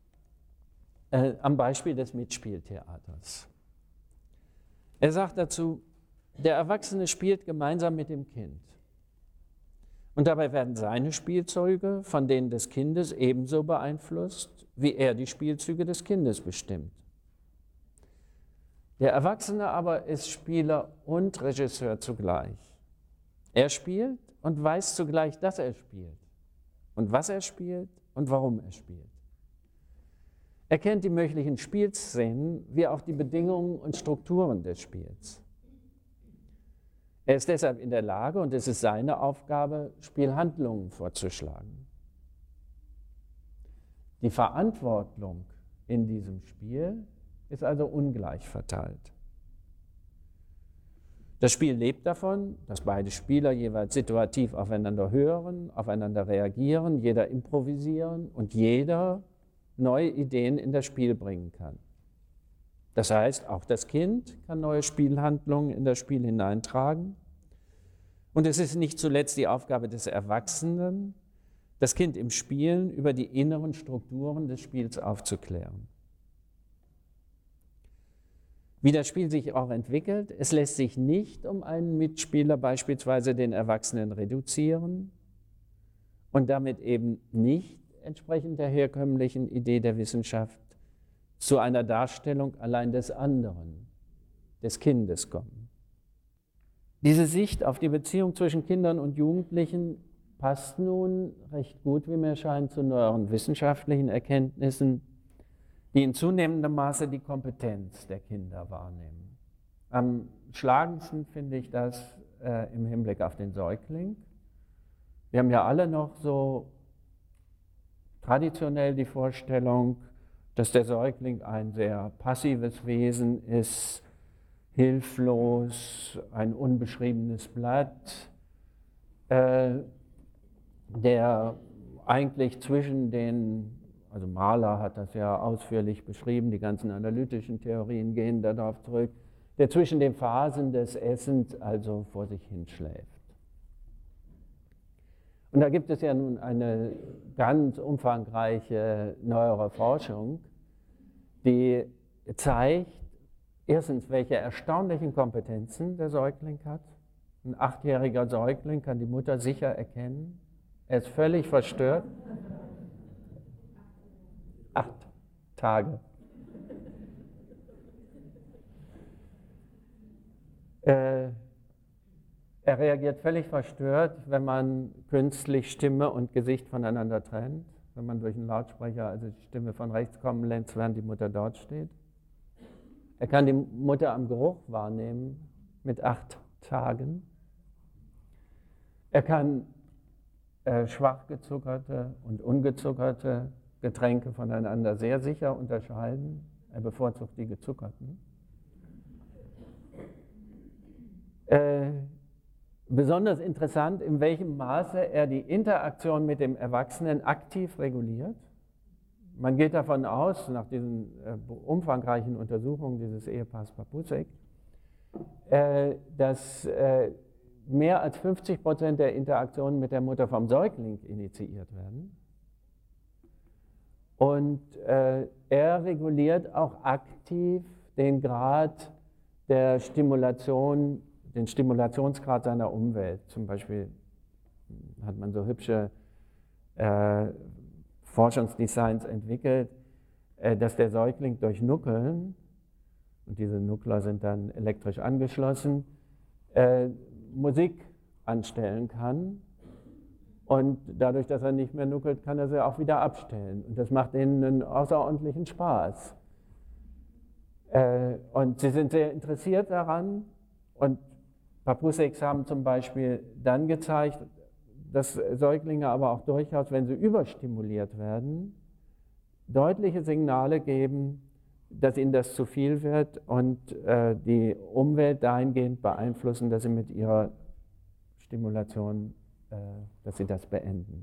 am Beispiel des Mitspieltheaters. Er sagt dazu, der Erwachsene spielt gemeinsam mit dem Kind. Und dabei werden seine Spielzeuge von denen des Kindes ebenso beeinflusst, wie er die Spielzüge des Kindes bestimmt. Der Erwachsene aber ist Spieler und Regisseur zugleich. Er spielt und weiß zugleich, dass er spielt und was er spielt und warum er spielt. Er kennt die möglichen Spielszenen wie auch die Bedingungen und Strukturen des Spiels. Er ist deshalb in der Lage, und es ist seine Aufgabe, Spielhandlungen vorzuschlagen. Die Verantwortung in diesem Spiel ist also ungleich verteilt. Das Spiel lebt davon, dass beide Spieler jeweils situativ aufeinander hören, aufeinander reagieren, jeder improvisieren und jeder neue Ideen in das Spiel bringen kann. Das heißt, auch das Kind kann neue Spielhandlungen in das Spiel hineintragen Und es ist nicht zuletzt die Aufgabe des Erwachsenen, das Kind im Spielen über die inneren Strukturen des Spiels aufzuklären. Wie das Spiel sich auch entwickelt, es lässt sich nicht um einen Mitspieler, beispielsweise den Erwachsenen, reduzieren und damit eben nicht entsprechend der herkömmlichen Idee der Wissenschaft zu einer Darstellung allein des anderen, des Kindes kommen. Diese Sicht auf die Beziehung zwischen Kindern und Jugendlichen passt nun recht gut, wie mir scheint, zu neueren wissenschaftlichen Erkenntnissen, die in zunehmendem Maße die Kompetenz der Kinder wahrnehmen. Am schlagendsten finde ich das im Hinblick auf den Säugling. Wir haben ja alle noch so traditionell die Vorstellung, dass der Säugling ein sehr passives Wesen ist, hilflos, ein unbeschriebenes Blatt, der eigentlich zwischen den, also Mahler hat das ja ausführlich beschrieben, die ganzen analytischen Theorien gehen darauf zurück, der zwischen den Phasen des Essens also vor sich hinschläft. Und da gibt es ja nun eine ganz umfangreiche neuere Forschung, die zeigt, erstens, welche erstaunlichen Kompetenzen der Säugling hat. Ein 8-jähriger Säugling kann die Mutter sicher erkennen. Er ist völlig verstört. 8 Tage. Er reagiert völlig verstört, wenn man künstlich Stimme und Gesicht voneinander trennt. Wenn man durch einen Lautsprecher also die Stimme von rechts kommen lässt, während die Mutter dort steht. Er kann die Mutter am Geruch wahrnehmen mit 8 Tagen. Er kann schwach gezuckerte und ungezuckerte Getränke voneinander sehr sicher unterscheiden. Er bevorzugt die gezuckerten. Besonders interessant, in welchem Maße er die Interaktion mit dem Erwachsenen aktiv reguliert. Man geht davon aus, nach diesen umfangreichen Untersuchungen dieses Ehepaars Papusek, dass mehr als 50% der Interaktionen mit der Mutter vom Säugling initiiert werden. Und er reguliert auch aktiv den Grad der Stimulation, den Stimulationsgrad seiner Umwelt. Zum Beispiel hat man so hübsche Forschungsdesigns entwickelt, dass der Säugling durch Nuckeln, und diese Nuckler sind dann elektrisch angeschlossen, Musik anstellen kann. Und dadurch, dass er nicht mehr nuckelt, kann er sie auch wieder abstellen. Und das macht ihnen einen außerordentlichen Spaß. Und sie sind sehr interessiert daran. Und Papuseks haben zum Beispiel dann gezeigt, dass Säuglinge aber auch durchaus, wenn sie überstimuliert werden, deutliche Signale geben, dass ihnen das zu viel wird und die Umwelt dahingehend beeinflussen, dass sie mit ihrer Stimulation, dass sie das beenden.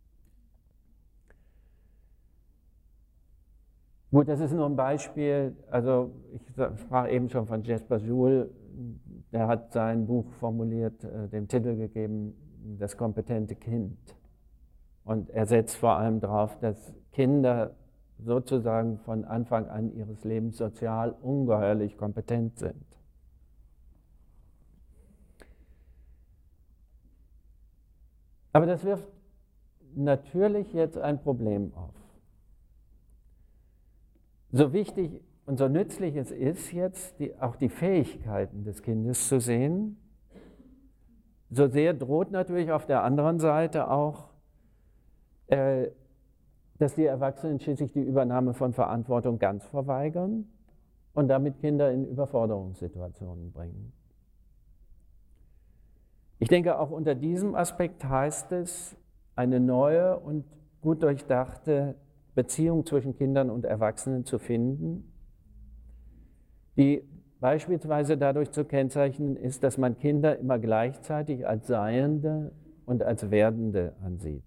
Gut, das ist nur ein Beispiel. Also ich sprach eben schon von Jesper Juul, der hat sein Buch formuliert, dem Titel gegeben, Das kompetente Kind. Und er setzt vor allem darauf, dass Kinder sozusagen von Anfang an ihres Lebens sozial ungeheuerlich kompetent sind. Aber das wirft natürlich jetzt ein Problem auf. So wichtig und so nützlich es ist jetzt, auch die Fähigkeiten des Kindes zu sehen, so sehr droht natürlich auf der anderen Seite auch, dass die Erwachsenen schließlich die Übernahme von Verantwortung ganz verweigern und damit Kinder in Überforderungssituationen bringen. Ich denke, auch unter diesem Aspekt heißt es, eine neue und gut durchdachte Beziehung zwischen Kindern und Erwachsenen zu finden, die beispielsweise dadurch zu kennzeichnen ist, dass man Kinder immer gleichzeitig als Seiende und als Werdende ansieht.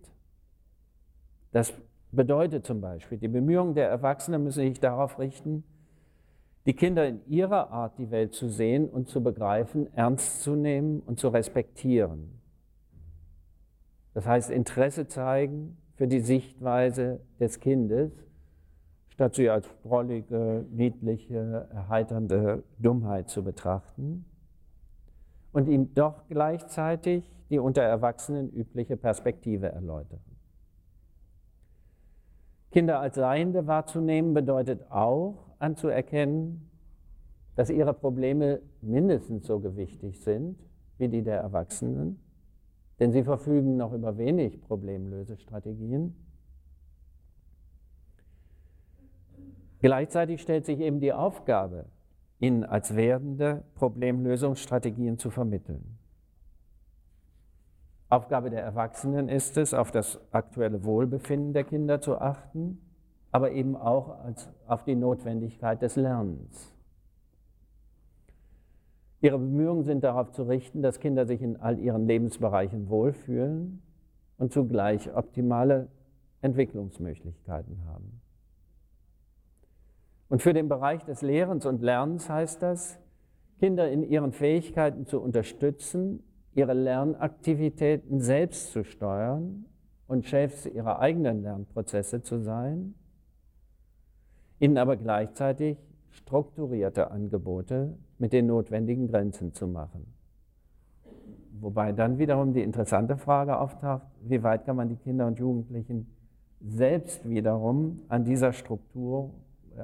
Das bedeutet zum Beispiel, die Bemühungen der Erwachsenen müssen sich darauf richten, die Kinder in ihrer Art, die Welt zu sehen und zu begreifen, ernst zu nehmen und zu respektieren. Das heißt, Interesse zeigen für die Sichtweise des Kindes, statt sie als drollige, niedliche, erheiternde Dummheit zu betrachten und ihm doch gleichzeitig die unter Erwachsenen übliche Perspektive erläutern. Kinder als Seiende wahrzunehmen bedeutet auch anzuerkennen, dass ihre Probleme mindestens so gewichtig sind wie die der Erwachsenen, denn sie verfügen noch über wenig Problemlösestrategien. Gleichzeitig stellt sich eben die Aufgabe, ihnen als werdende Problemlösungsstrategien zu vermitteln. Aufgabe der Erwachsenen ist es, auf das aktuelle Wohlbefinden der Kinder zu achten, aber eben auch auf die Notwendigkeit des Lernens. Ihre Bemühungen sind darauf zu richten, dass Kinder sich in all ihren Lebensbereichen wohlfühlen und zugleich optimale Entwicklungsmöglichkeiten haben. Und für den Bereich des Lehrens und Lernens heißt das, Kinder in ihren Fähigkeiten zu unterstützen, ihre Lernaktivitäten selbst zu steuern und Chefs ihrer eigenen Lernprozesse zu sein, ihnen aber gleichzeitig strukturierte Angebote mit den notwendigen Grenzen zu machen. Wobei dann wiederum die interessante Frage auftaucht, wie weit kann man die Kinder und Jugendlichen selbst wiederum an dieser Strukturierung,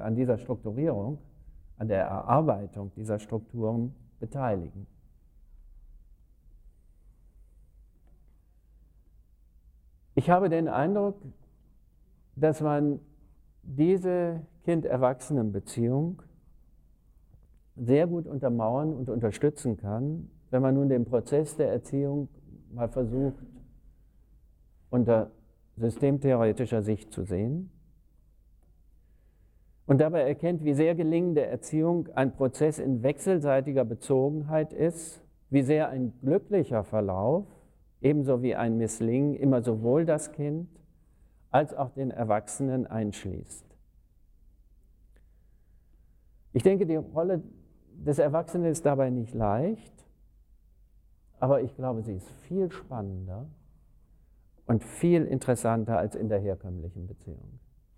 an der Erarbeitung dieser Strukturen beteiligen. Ich habe den Eindruck, dass man diese Kind-Erwachsenen-Beziehung sehr gut untermauern und unterstützen kann, wenn man nun den Prozess der Erziehung mal versucht, unter systemtheoretischer Sicht zu sehen und dabei erkennt, wie sehr gelingende Erziehung ein Prozess in wechselseitiger Bezogenheit ist, wie sehr ein glücklicher Verlauf, ebenso wie ein Misslingen, immer sowohl das Kind als auch den Erwachsenen einschließt. Ich denke, die Rolle des Erwachsenen ist dabei nicht leicht, aber ich glaube, sie ist viel spannender und viel interessanter als in der herkömmlichen Beziehung.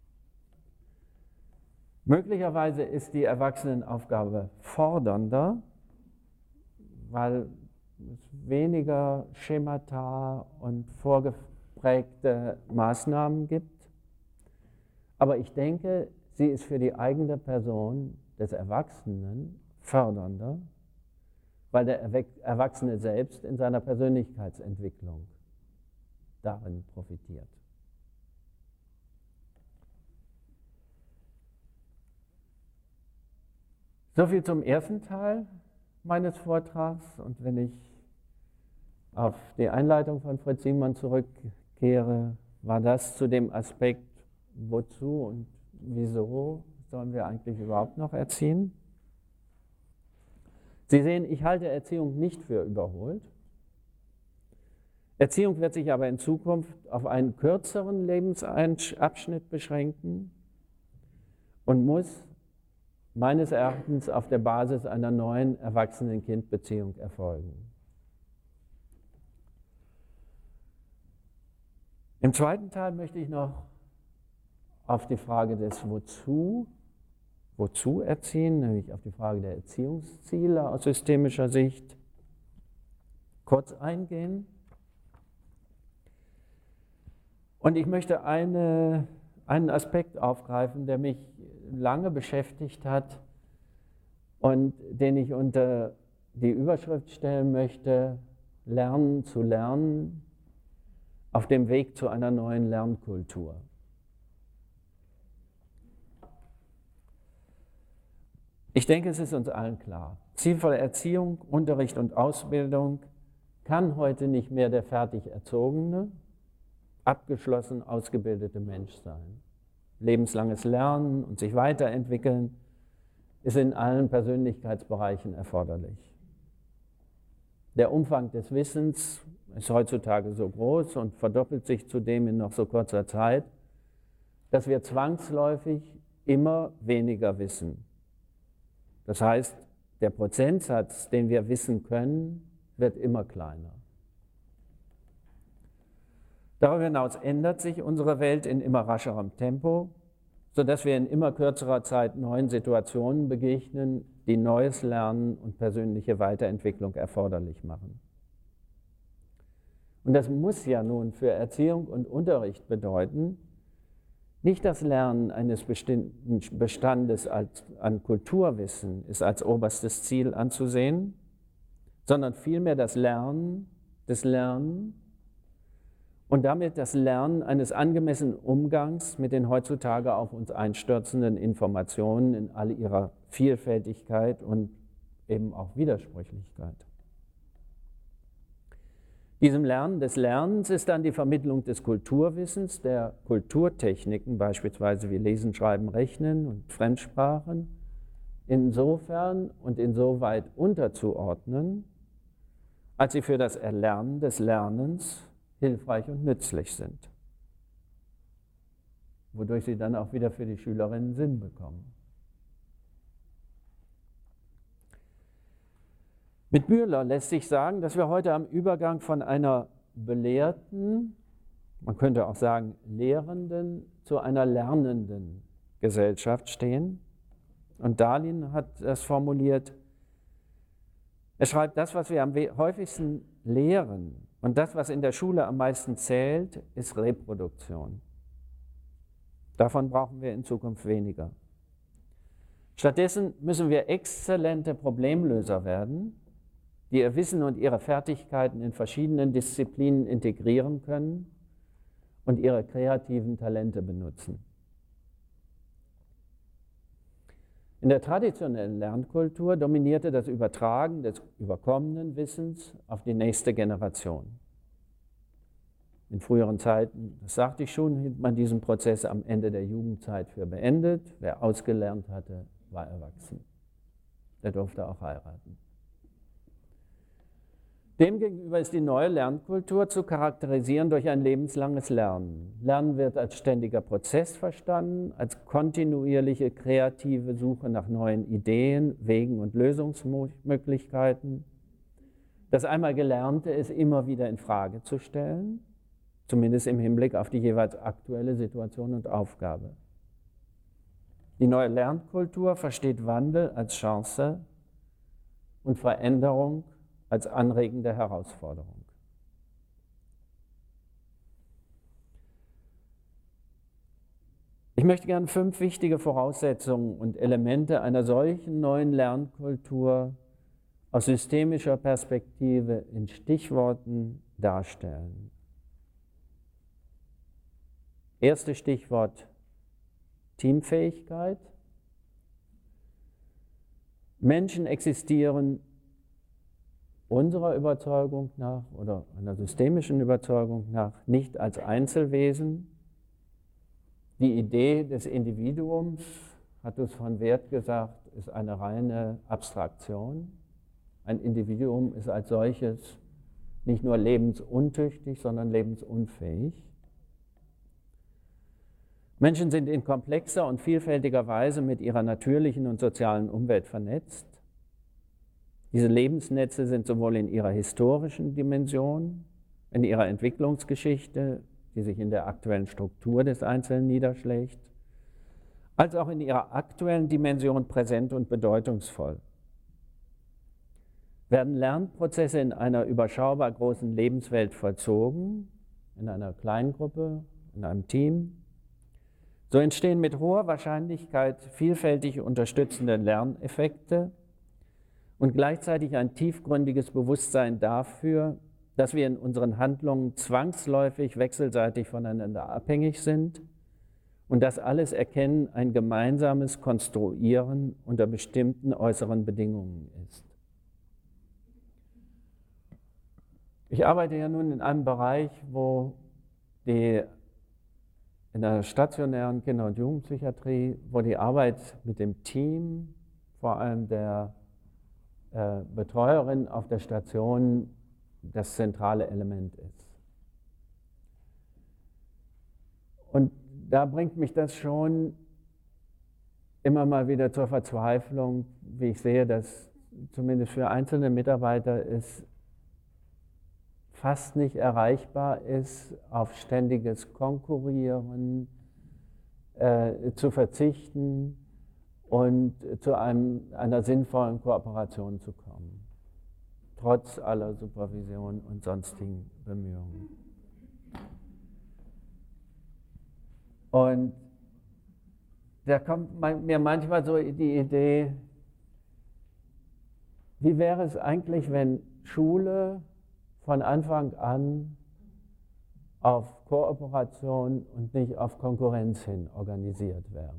Möglicherweise ist die Erwachsenenaufgabe fordernder, weil es weniger Schemata und vorgeprägte Maßnahmen gibt. Aber ich denke, sie ist für die eigene Person des Erwachsenen fördernder, weil der Erwachsene selbst in seiner Persönlichkeitsentwicklung darin profitiert. Soviel zum ersten Teil meines Vortrags. Und wenn ich auf die Einleitung von Fritz Simon zurückkehre, war das zu dem Aspekt, wozu und wieso sollen wir eigentlich überhaupt noch erziehen? Sie sehen, ich halte Erziehung nicht für überholt. Erziehung wird sich aber in Zukunft auf einen kürzeren Lebensabschnitt beschränken und muss meines Erachtens auf der Basis einer neuen Erwachsenen-Kind-Beziehung erfolgen. Im zweiten Teil möchte ich noch auf die Frage des Wozu erziehen, nämlich auf die Frage der Erziehungsziele aus systemischer Sicht, kurz eingehen. Und ich möchte einen Aspekt aufgreifen, der mich lange beschäftigt hat und den ich unter die Überschrift stellen möchte: Lernen zu lernen auf dem Weg zu einer neuen Lernkultur. Ich denke, es ist uns allen klar. Zielvolle Erziehung, Unterricht und Ausbildung kann heute nicht mehr der fertig erzogene, abgeschlossen ausgebildete Mensch sein. Lebenslanges Lernen und sich weiterentwickeln ist in allen Persönlichkeitsbereichen erforderlich. Der Umfang des Wissens ist heutzutage so groß und verdoppelt sich zudem in noch so kurzer Zeit, dass wir zwangsläufig immer weniger wissen. Das heißt, der Prozentsatz, den wir wissen können, wird immer kleiner. Darüber hinaus ändert sich unsere Welt in immer rascherem Tempo, sodass wir in immer kürzerer Zeit neuen Situationen begegnen, die neues Lernen und persönliche Weiterentwicklung erforderlich machen. Und das muss ja nun für Erziehung und Unterricht bedeuten, nicht das Lernen eines bestimmten Bestandes an Kulturwissen ist als oberstes Ziel anzusehen, sondern vielmehr das Lernen des Lernens und damit das Lernen eines angemessenen Umgangs mit den heutzutage auf uns einstürzenden Informationen in all ihrer Vielfältigkeit und eben auch Widersprüchlichkeit. Diesem Lernen des Lernens ist dann die Vermittlung des Kulturwissens, der Kulturtechniken, beispielsweise wie Lesen, Schreiben, Rechnen und Fremdsprachen, insofern und insoweit unterzuordnen, als sie für das Erlernen des Lernens hilfreich und nützlich sind, wodurch sie dann auch wieder für die Schülerinnen Sinn bekommen. Mit Bühler lässt sich sagen, dass wir heute am Übergang von einer belehrten, man könnte auch sagen lehrenden, zu einer lernenden Gesellschaft stehen. Und Dahlin hat das formuliert. Er schreibt, das, was wir am häufigsten lehren und das, was in der Schule am meisten zählt, ist Reproduktion. Davon brauchen wir in Zukunft weniger. Stattdessen müssen wir exzellente Problemlöser werden, die ihr Wissen und ihre Fertigkeiten in verschiedenen Disziplinen integrieren können und ihre kreativen Talente benutzen. In der traditionellen Lernkultur dominierte das Übertragen des überkommenen Wissens auf die nächste Generation. In früheren Zeiten, das sagte ich schon, hielt man diesen Prozess am Ende der Jugendzeit für beendet. Wer ausgelernt hatte, war erwachsen. Der durfte auch heiraten. Demgegenüber ist die neue Lernkultur zu charakterisieren durch ein lebenslanges Lernen. Lernen wird als ständiger Prozess verstanden, als kontinuierliche kreative Suche nach neuen Ideen, Wegen und Lösungsmöglichkeiten. Das einmal Gelernte ist immer wieder in Frage zu stellen, zumindest im Hinblick auf die jeweils aktuelle Situation und Aufgabe. Die neue Lernkultur versteht Wandel als Chance und Veränderung als anregende Herausforderung. Ich möchte gerne 5 wichtige Voraussetzungen und Elemente einer solchen neuen Lernkultur aus systemischer Perspektive in Stichworten darstellen. Erstes Stichwort: Teamfähigkeit. Menschen existieren unserer Überzeugung nach oder einer systemischen Überzeugung nach nicht als Einzelwesen. Die Idee des Individuums, hat Hus von Wert gesagt, ist eine reine Abstraktion. Ein Individuum ist als solches nicht nur lebensuntüchtig, sondern lebensunfähig. Menschen sind in komplexer und vielfältiger Weise mit ihrer natürlichen und sozialen Umwelt vernetzt. Diese Lebensnetze sind sowohl in ihrer historischen Dimension, in ihrer Entwicklungsgeschichte, die sich in der aktuellen Struktur des Einzelnen niederschlägt, als auch in ihrer aktuellen Dimension präsent und bedeutungsvoll. Werden Lernprozesse in einer überschaubar großen Lebenswelt vollzogen, in einer Kleingruppe, in einem Team, so entstehen mit hoher Wahrscheinlichkeit vielfältige unterstützende Lerneffekte und gleichzeitig ein tiefgründiges Bewusstsein dafür, dass wir in unseren Handlungen zwangsläufig wechselseitig voneinander abhängig sind und dass alles Erkennen ein gemeinsames Konstruieren unter bestimmten äußeren Bedingungen ist. Ich arbeite ja nun in einem Bereich, wo in der stationären Kinder- und Jugendpsychiatrie, wo die Arbeit mit dem Team, vor allem der Betreuerin auf der Station, das zentrale Element ist. Und da bringt mich das schon immer mal wieder zur Verzweiflung, wie ich sehe, dass zumindest für einzelne Mitarbeiter es fast nicht erreichbar ist, auf ständiges Konkurrieren zu verzichten und zu einer sinnvollen Kooperation zu kommen, trotz aller Supervision und sonstigen Bemühungen. Und da kommt mir manchmal so die Idee, wie wäre es eigentlich, wenn Schule von Anfang an auf Kooperation und nicht auf Konkurrenz hin organisiert wäre?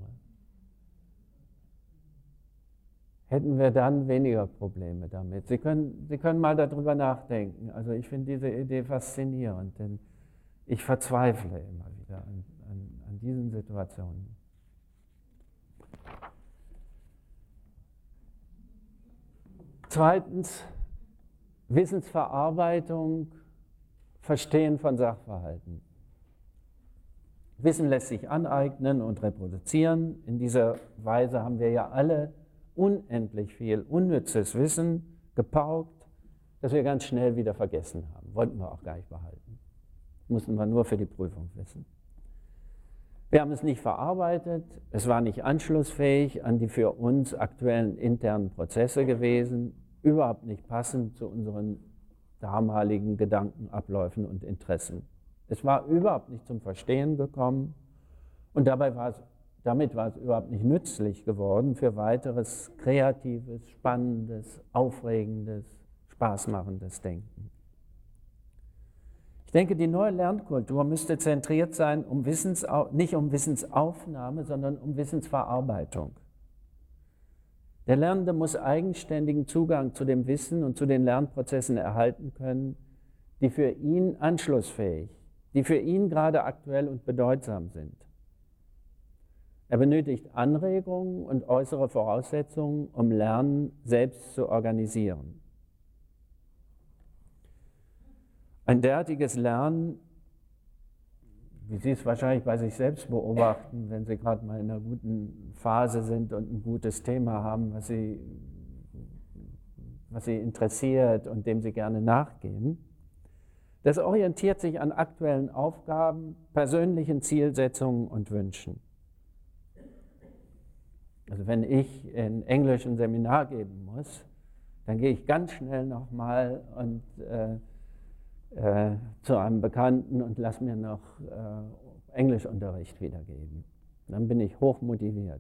Hätten wir dann weniger Probleme damit? Sie können mal darüber nachdenken. Also ich finde diese Idee faszinierend, denn ich verzweifle immer wieder an diesen Situationen. Zweitens, Wissensverarbeitung, Verstehen von Sachverhalten. Wissen lässt sich aneignen und reproduzieren. In dieser Weise haben wir ja alle unendlich viel unnützes Wissen gepaukt, das wir ganz schnell wieder vergessen haben. Wollten wir auch gar nicht behalten. Mussten wir nur für die Prüfung wissen. Wir haben es nicht verarbeitet, es war nicht anschlussfähig an die für uns aktuellen internen Prozesse gewesen, überhaupt nicht passend zu unseren damaligen Gedankenabläufen und Interessen. Es war überhaupt nicht zum Verstehen gekommen und damit war es überhaupt nicht nützlich geworden für weiteres kreatives, spannendes, aufregendes, spaßmachendes Denken. Ich denke, die neue Lernkultur müsste zentriert sein, nicht um Wissensaufnahme, sondern um Wissensverarbeitung. Der Lernende muss eigenständigen Zugang zu dem Wissen und zu den Lernprozessen erhalten können, die für ihn anschlussfähig, die für ihn gerade aktuell und bedeutsam sind. Er benötigt Anregungen und äußere Voraussetzungen, um Lernen selbst zu organisieren. Ein derartiges Lernen, wie Sie es wahrscheinlich bei sich selbst beobachten, wenn Sie gerade mal in einer guten Phase sind und ein gutes Thema haben, was Sie interessiert und dem Sie gerne nachgehen, das orientiert sich an aktuellen Aufgaben, persönlichen Zielsetzungen und Wünschen. Also wenn ich in Englisch ein Seminar geben muss, dann gehe ich ganz schnell nochmal und zu einem Bekannten und lass mir noch Englischunterricht wiedergeben. Dann bin ich hoch motiviert.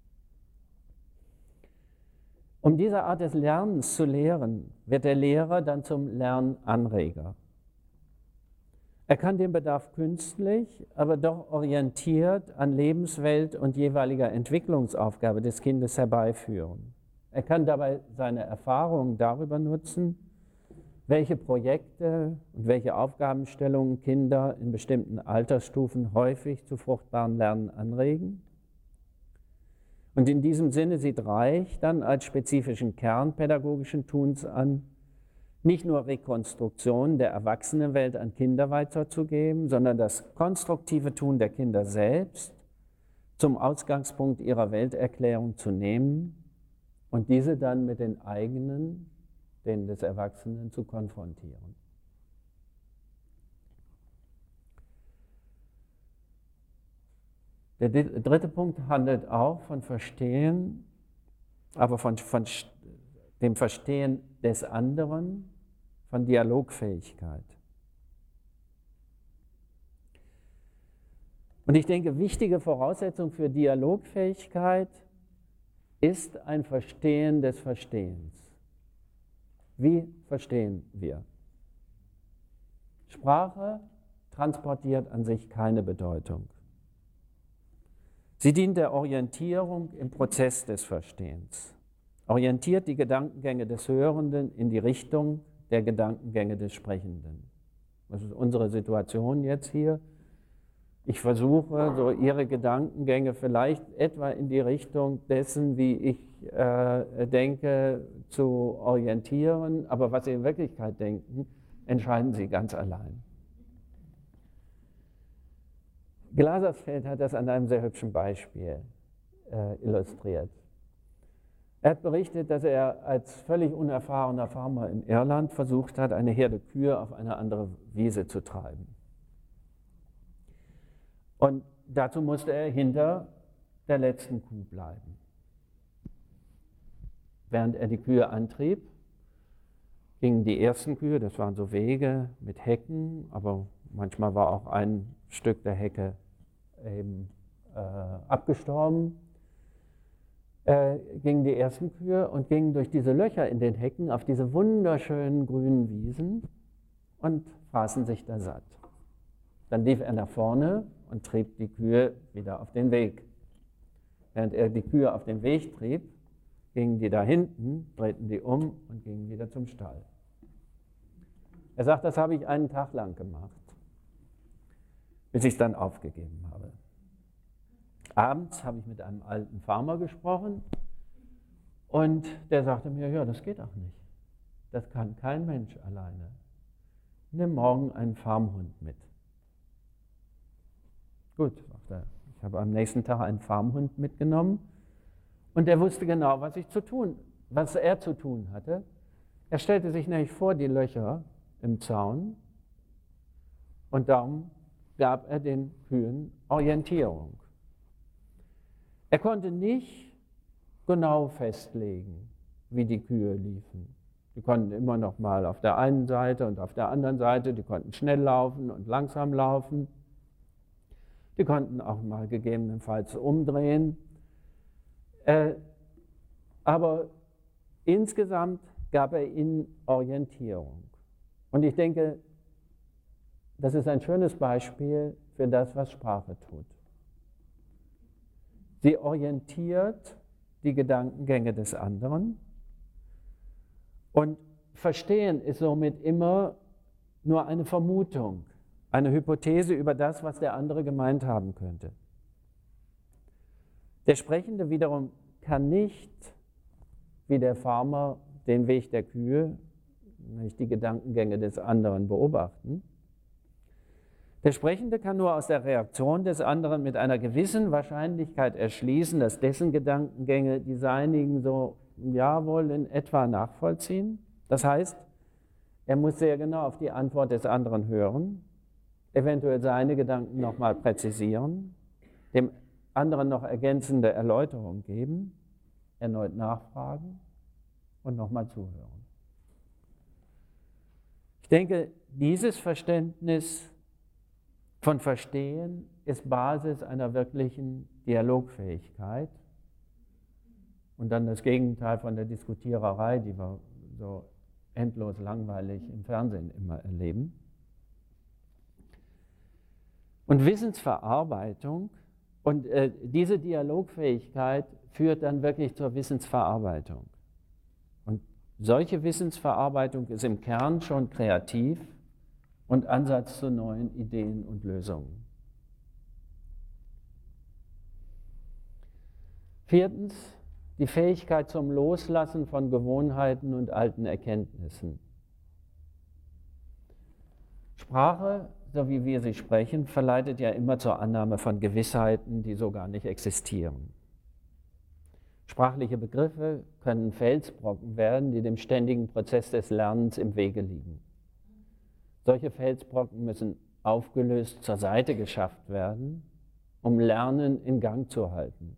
Um diese Art des Lernens zu lehren, wird der Lehrer dann zum Lernanreger. Er kann den Bedarf künstlich, aber doch orientiert an Lebenswelt und jeweiliger Entwicklungsaufgabe des Kindes herbeiführen. Er kann dabei seine Erfahrungen darüber nutzen, welche Projekte und welche Aufgabenstellungen Kinder in bestimmten Altersstufen häufig zu fruchtbaren Lernen anregen. Und in diesem Sinne sieht Reich dann als spezifischen Kern pädagogischen Tuns an, nicht nur Rekonstruktion der Erwachsenenwelt an Kinder weiterzugeben, sondern das konstruktive Tun der Kinder selbst zum Ausgangspunkt ihrer Welterklärung zu nehmen und diese dann mit den eigenen, den des Erwachsenen, zu konfrontieren. Der dritte Punkt handelt auch von Verstehen, aber von dem Verstehen des anderen, von Dialogfähigkeit. Und ich denke, wichtige Voraussetzung für Dialogfähigkeit ist ein Verstehen des Verstehens. Wie verstehen wir? Sprache transportiert an sich keine Bedeutung. Sie dient der Orientierung im Prozess des Verstehens, orientiert die Gedankengänge des Hörenden in die Richtung der Gedankengänge des Sprechenden. Das ist unsere Situation jetzt hier. Ich versuche, so Ihre Gedankengänge vielleicht etwa in die Richtung dessen, wie ich denke, zu orientieren, aber was Sie in Wirklichkeit denken, entscheiden Sie ganz allein. Glasersfeld hat das an einem sehr hübschen Beispiel illustriert. Er hat berichtet, dass er als völlig unerfahrener Farmer in Irland versucht hat, eine Herde Kühe auf eine andere Wiese zu treiben. Und dazu musste er hinter der letzten Kuh bleiben. Während er die Kühe antrieb, gingen die ersten Kühe, das waren so Wege mit Hecken, aber manchmal war auch ein Stück der Hecke eben abgestorben, gingen die ersten Kühe und gingen durch diese Löcher in den Hecken auf diese wunderschönen grünen Wiesen und fraßen sich da satt. Dann lief er nach vorne und trieb die Kühe wieder auf den Weg. Während er die Kühe auf den Weg trieb, gingen die da hinten, drehten die um und gingen wieder zum Stall. Er sagt, das habe ich einen Tag lang gemacht, bis ich es dann aufgegeben habe. Abends habe ich mit einem alten Farmer gesprochen und der sagte mir, ja, das geht auch nicht. Das kann kein Mensch alleine. Nimm morgen einen Farmhund mit. Gut, sagt er. Ich habe am nächsten Tag einen Farmhund mitgenommen und der wusste genau, was er zu tun hatte. Er stellte sich nämlich vor die Löcher im Zaun und darum gab er den Kühen Orientierung. Er konnte nicht genau festlegen, wie die Kühe liefen. Die konnten immer noch mal auf der einen Seite und auf der anderen Seite, die konnten schnell laufen und langsam laufen. Die konnten auch mal gegebenenfalls umdrehen. Aber insgesamt gab er ihnen Orientierung. Und ich denke, das ist ein schönes Beispiel für das, was Sprache tut. Sie orientiert die Gedankengänge des anderen und Verstehen ist somit immer nur eine Vermutung, eine Hypothese über das, was der andere gemeint haben könnte. Der Sprechende wiederum kann nicht, wie der Farmer, den Weg der Kühe, nicht die Gedankengänge des anderen beobachten. Der Sprechende kann nur aus der Reaktion des anderen mit einer gewissen Wahrscheinlichkeit erschließen, dass dessen Gedankengänge die seinigen so, ja wohl in etwa nachvollziehen. Das heißt, er muss sehr genau auf die Antwort des anderen hören, eventuell seine Gedanken nochmal präzisieren, dem anderen noch ergänzende Erläuterung geben, erneut nachfragen und nochmal zuhören. Ich denke, dieses Verständnis von Verstehen ist Basis einer wirklichen Dialogfähigkeit und dann das Gegenteil von der Diskutiererei, die wir so endlos langweilig im Fernsehen immer erleben. Und Wissensverarbeitung und diese Dialogfähigkeit führt dann wirklich zur Wissensverarbeitung. Und solche Wissensverarbeitung ist im Kern schon kreativ und Ansatz zu neuen Ideen und Lösungen. Viertens, die Fähigkeit zum Loslassen von Gewohnheiten und alten Erkenntnissen. Sprache, so wie wir sie sprechen, verleitet ja immer zur Annahme von Gewissheiten, die so gar nicht existieren. Sprachliche Begriffe können Felsbrocken werden, die dem ständigen Prozess des Lernens im Wege liegen. Solche Felsbrocken müssen aufgelöst zur Seite geschafft werden, um Lernen in Gang zu halten.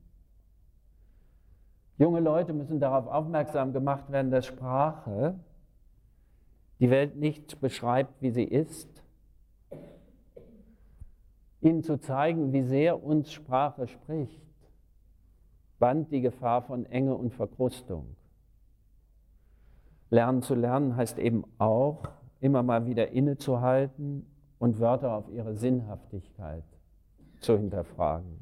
Junge Leute müssen darauf aufmerksam gemacht werden, dass Sprache die Welt nicht beschreibt, wie sie ist, ihnen zu zeigen, wie sehr uns Sprache spricht, bannt die Gefahr von Enge und Verkrustung. Lernen zu lernen heißt eben auch, immer mal wieder innezuhalten und Wörter auf ihre Sinnhaftigkeit zu hinterfragen.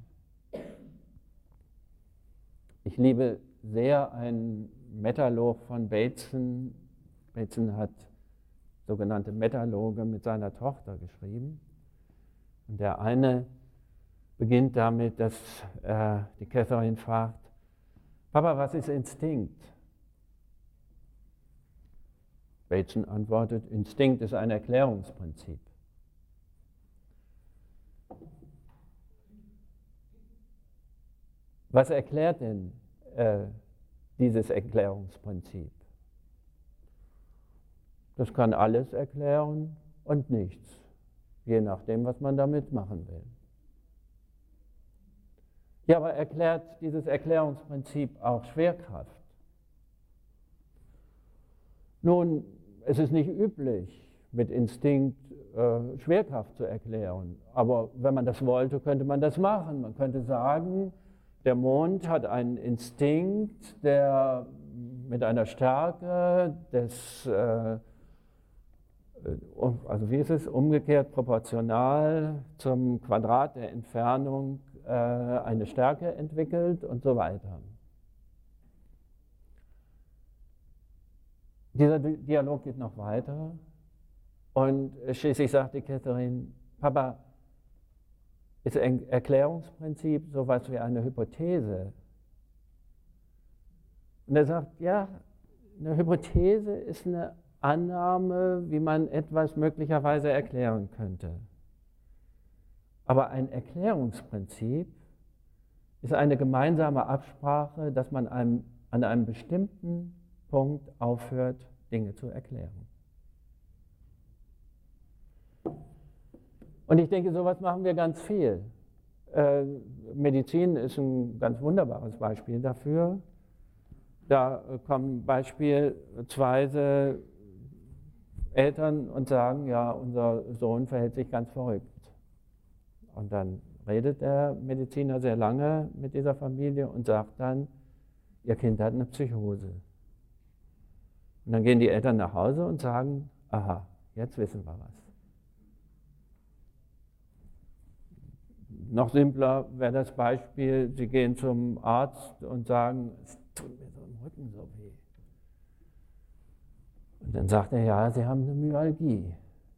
Ich liebe sehr einen Metalog von Bateson. Bateson hat sogenannte Metaloge mit seiner Tochter geschrieben. Und der eine beginnt damit, dass die Catherine fragt, Papa, was ist Instinkt? Bateson antwortet, Instinkt ist ein Erklärungsprinzip. Was erklärt denn dieses Erklärungsprinzip? Das kann alles erklären und nichts, je nachdem, was man damit machen will. Ja, aber erklärt dieses Erklärungsprinzip auch Schwerkraft? Nun, es ist nicht üblich, mit Instinkt Schwerkraft zu erklären, aber wenn man das wollte, könnte man das machen. Man könnte sagen, der Mond hat einen Instinkt, der mit einer Stärke des, also wie ist es, umgekehrt proportional zum Quadrat der Entfernung eine Stärke entwickelt und so weiter. Dieser Dialog geht noch weiter und schließlich sagte Catherine, Papa, ist ein Erklärungsprinzip sowas wie eine Hypothese? Und er sagt, ja, eine Hypothese ist eine Annahme, wie man etwas möglicherweise erklären könnte. Aber ein Erklärungsprinzip ist eine gemeinsame Absprache, dass man an einem bestimmten Punkt aufhört, Dinge zu erklären. Und ich denke, sowas machen wir ganz viel. Medizin ist ein ganz wunderbares Beispiel dafür. Da kommen beispielsweise Eltern und sagen, ja, unser Sohn verhält sich ganz verrückt. Und dann redet der Mediziner sehr lange mit dieser Familie und sagt dann, ihr Kind hat eine Psychose. Und dann gehen die Eltern nach Hause und sagen, aha, jetzt wissen wir was. Noch simpler wäre das Beispiel, Sie gehen zum Arzt und sagen, es tut mir so im Rücken so weh. Und dann sagt er, ja, Sie haben eine Myalgie.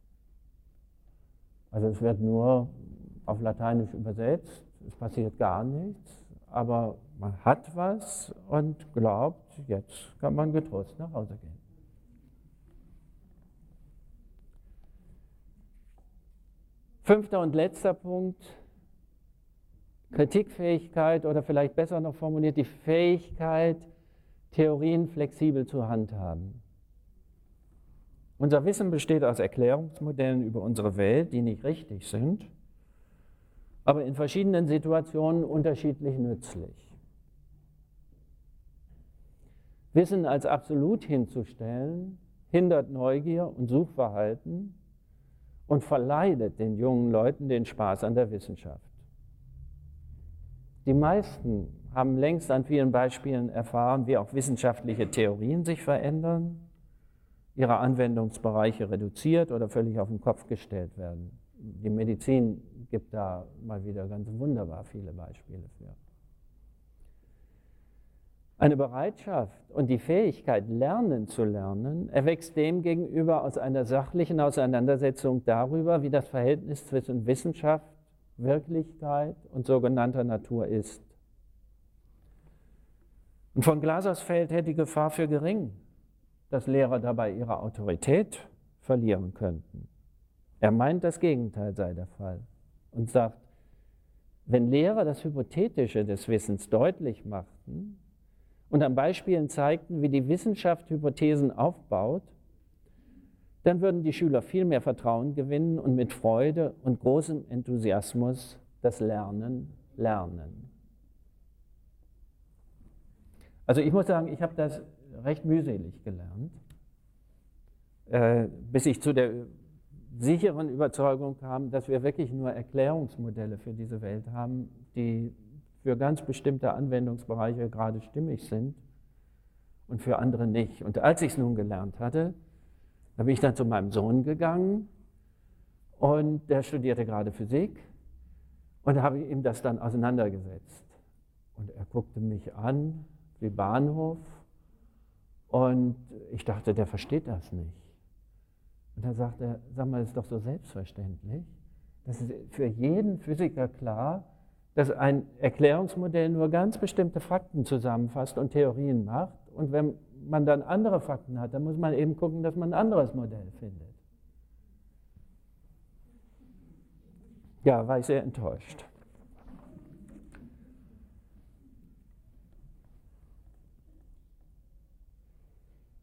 Also es wird nur auf Lateinisch übersetzt, es passiert gar nichts, aber man hat was und glaubt, jetzt kann man getrost nach Hause gehen. Fünfter und letzter Punkt, Kritikfähigkeit oder vielleicht besser noch formuliert, die Fähigkeit, Theorien flexibel zu handhaben. Unser Wissen besteht aus Erklärungsmodellen über unsere Welt, die nicht richtig sind, aber in verschiedenen Situationen unterschiedlich nützlich. Wissen als absolut hinzustellen, hindert Neugier und Suchverhalten und verleidet den jungen Leuten den Spaß an der Wissenschaft. Die meisten haben längst an vielen Beispielen erfahren, wie auch wissenschaftliche Theorien sich verändern, ihre Anwendungsbereiche reduziert oder völlig auf den Kopf gestellt werden. Die Medizin gibt da mal wieder ganz wunderbar viele Beispiele für. Eine Bereitschaft und die Fähigkeit, lernen zu lernen, erwächst demgegenüber aus einer sachlichen Auseinandersetzung darüber, wie das Verhältnis zwischen Wissenschaft, Wirklichkeit und sogenannter Natur ist. Und von Glasersfeld hält die Gefahr für gering, dass Lehrer dabei ihre Autorität verlieren könnten. Er meint, das Gegenteil sei der Fall und sagt, wenn Lehrer das Hypothetische des Wissens deutlich machten und an Beispielen zeigten, wie die Wissenschaft Hypothesen aufbaut, dann würden die Schüler viel mehr Vertrauen gewinnen und mit Freude und großem Enthusiasmus das Lernen lernen. Also ich muss sagen, ich habe das recht mühselig gelernt, bis ich zu der sicheren Überzeugung kam, dass wir wirklich nur Erklärungsmodelle für diese Welt haben, die für ganz bestimmte Anwendungsbereiche gerade stimmig sind und für andere nicht. Und als ich es nun gelernt hatte, da bin ich dann zu meinem Sohn gegangen und der studierte gerade Physik und da habe ich ihm das dann auseinandergesetzt. Und er guckte mich an wie Bahnhof und ich dachte, der versteht das nicht. Und dann sagte er, sag mal, das ist doch so selbstverständlich. Das ist für jeden Physiker klar, dass ein Erklärungsmodell nur ganz bestimmte Fakten zusammenfasst und Theorien macht. Und wenn man dann andere Fakten hat, dann muss man eben gucken, dass man ein anderes Modell findet. Ja, war ich sehr enttäuscht.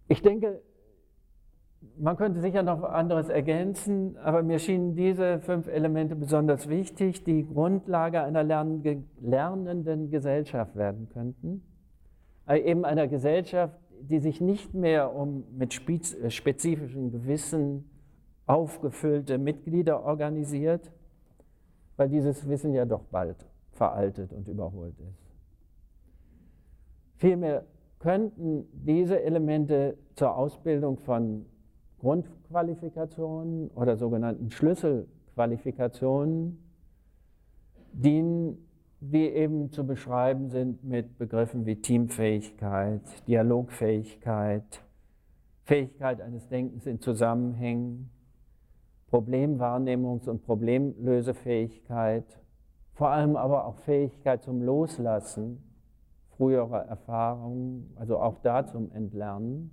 Ich denke, man könnte sicher noch anderes ergänzen, aber mir schienen diese 5 Elemente besonders wichtig, die Grundlage einer lernenden Gesellschaft werden könnten. Eben einer Gesellschaft, die sich nicht mehr mit spezifischem Gewissen aufgefüllte Mitglieder organisiert, weil dieses Wissen ja doch bald veraltet und überholt ist. Vielmehr könnten diese Elemente zur Ausbildung von Grundqualifikationen oder sogenannten Schlüsselqualifikationen dienen, die eben zu beschreiben sind mit Begriffen wie Teamfähigkeit, Dialogfähigkeit, Fähigkeit eines Denkens in Zusammenhängen, Problemwahrnehmungs- und Problemlösefähigkeit, vor allem aber auch Fähigkeit zum Loslassen früherer Erfahrungen, also auch da zum Entlernen,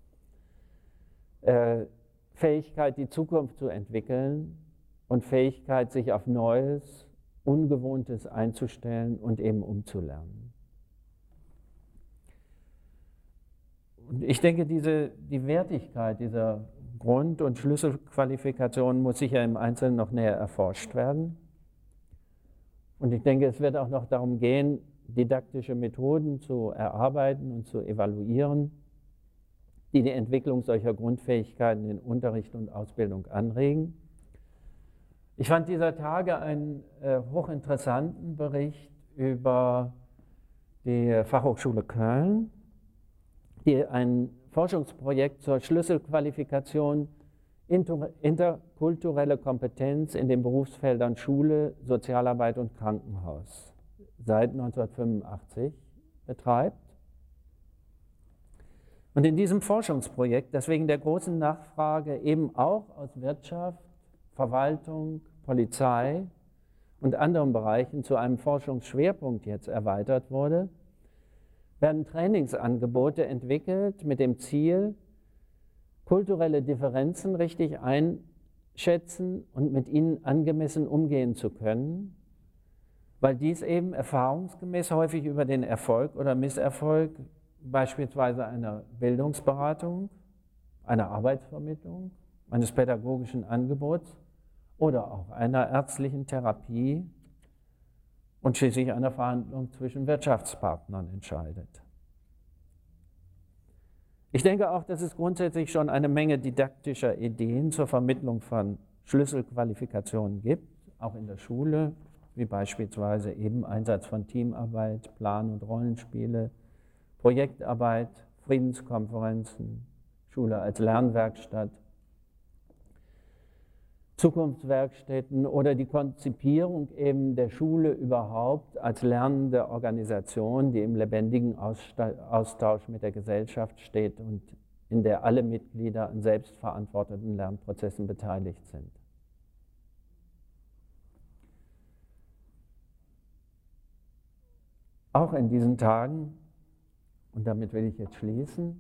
Fähigkeit, die Zukunft zu entwickeln und Fähigkeit, sich auf Neues, Ungewohntes einzustellen und eben umzulernen. Und ich denke, die Wertigkeit dieser Grund- und Schlüsselqualifikation muss sicher im Einzelnen noch näher erforscht werden. Und ich denke, es wird auch noch darum gehen, didaktische Methoden zu erarbeiten und zu evaluieren, die die Entwicklung solcher Grundfähigkeiten in Unterricht und Ausbildung anregen. Ich fand dieser Tage einen hochinteressanten Bericht über die Fachhochschule Köln, die ein Forschungsprojekt zur Schlüsselqualifikation interkulturelle Kompetenz in den Berufsfeldern Schule, Sozialarbeit und Krankenhaus seit 1985 betreibt. Und in diesem Forschungsprojekt, das wegen der großen Nachfrage eben auch aus Wirtschaft, Verwaltung, Polizei und anderen Bereichen zu einem Forschungsschwerpunkt jetzt erweitert wurde, werden Trainingsangebote entwickelt mit dem Ziel, kulturelle Differenzen richtig einschätzen und mit ihnen angemessen umgehen zu können, weil dies eben erfahrungsgemäß häufig über den Erfolg oder Misserfolg beispielsweise einer Bildungsberatung, einer Arbeitsvermittlung, eines pädagogischen Angebots oder auch einer ärztlichen Therapie und schließlich einer Verhandlung zwischen Wirtschaftspartnern entscheidet. Ich denke auch, dass es grundsätzlich schon eine Menge didaktischer Ideen zur Vermittlung von Schlüsselqualifikationen gibt, auch in der Schule, wie beispielsweise eben Einsatz von Teamarbeit, Plan- und Rollenspiele, Projektarbeit, Friedenskonferenzen, Schule als Lernwerkstatt, Zukunftswerkstätten oder die Konzipierung eben der Schule überhaupt als lernende Organisation, die im lebendigen Austausch mit der Gesellschaft steht und in der alle Mitglieder an selbstverantworteten Lernprozessen beteiligt sind. Auch in diesen Tagen, und damit will ich jetzt schließen,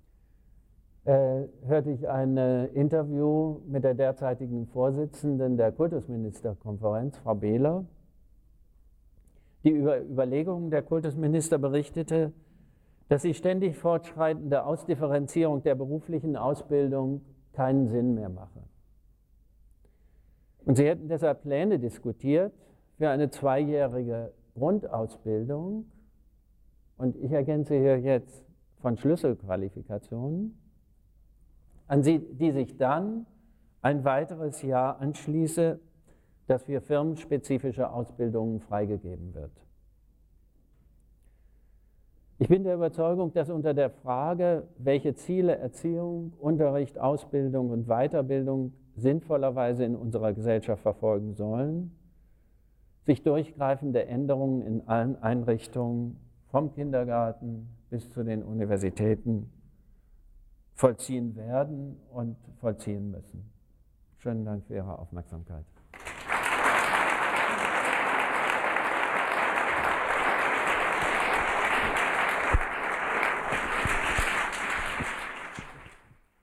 hörte ich ein Interview mit der derzeitigen Vorsitzenden der Kultusministerkonferenz, Frau Behler, die über Überlegungen der Kultusminister berichtete, dass die ständig fortschreitende Ausdifferenzierung der beruflichen Ausbildung keinen Sinn mehr mache. Und sie hätten deshalb Pläne diskutiert für eine 2-jährige Grundausbildung, und ich ergänze hier jetzt von Schlüsselqualifikationen, an die sich dann ein weiteres Jahr anschließe, das für firmenspezifische Ausbildungen freigegeben wird. Ich bin der Überzeugung, dass unter der Frage, welche Ziele Erziehung, Unterricht, Ausbildung und Weiterbildung sinnvollerweise in unserer Gesellschaft verfolgen sollen, sich durchgreifende Änderungen in allen Einrichtungen, vom Kindergarten bis zu den Universitäten, vollziehen werden und vollziehen müssen. Schönen Dank für Ihre Aufmerksamkeit.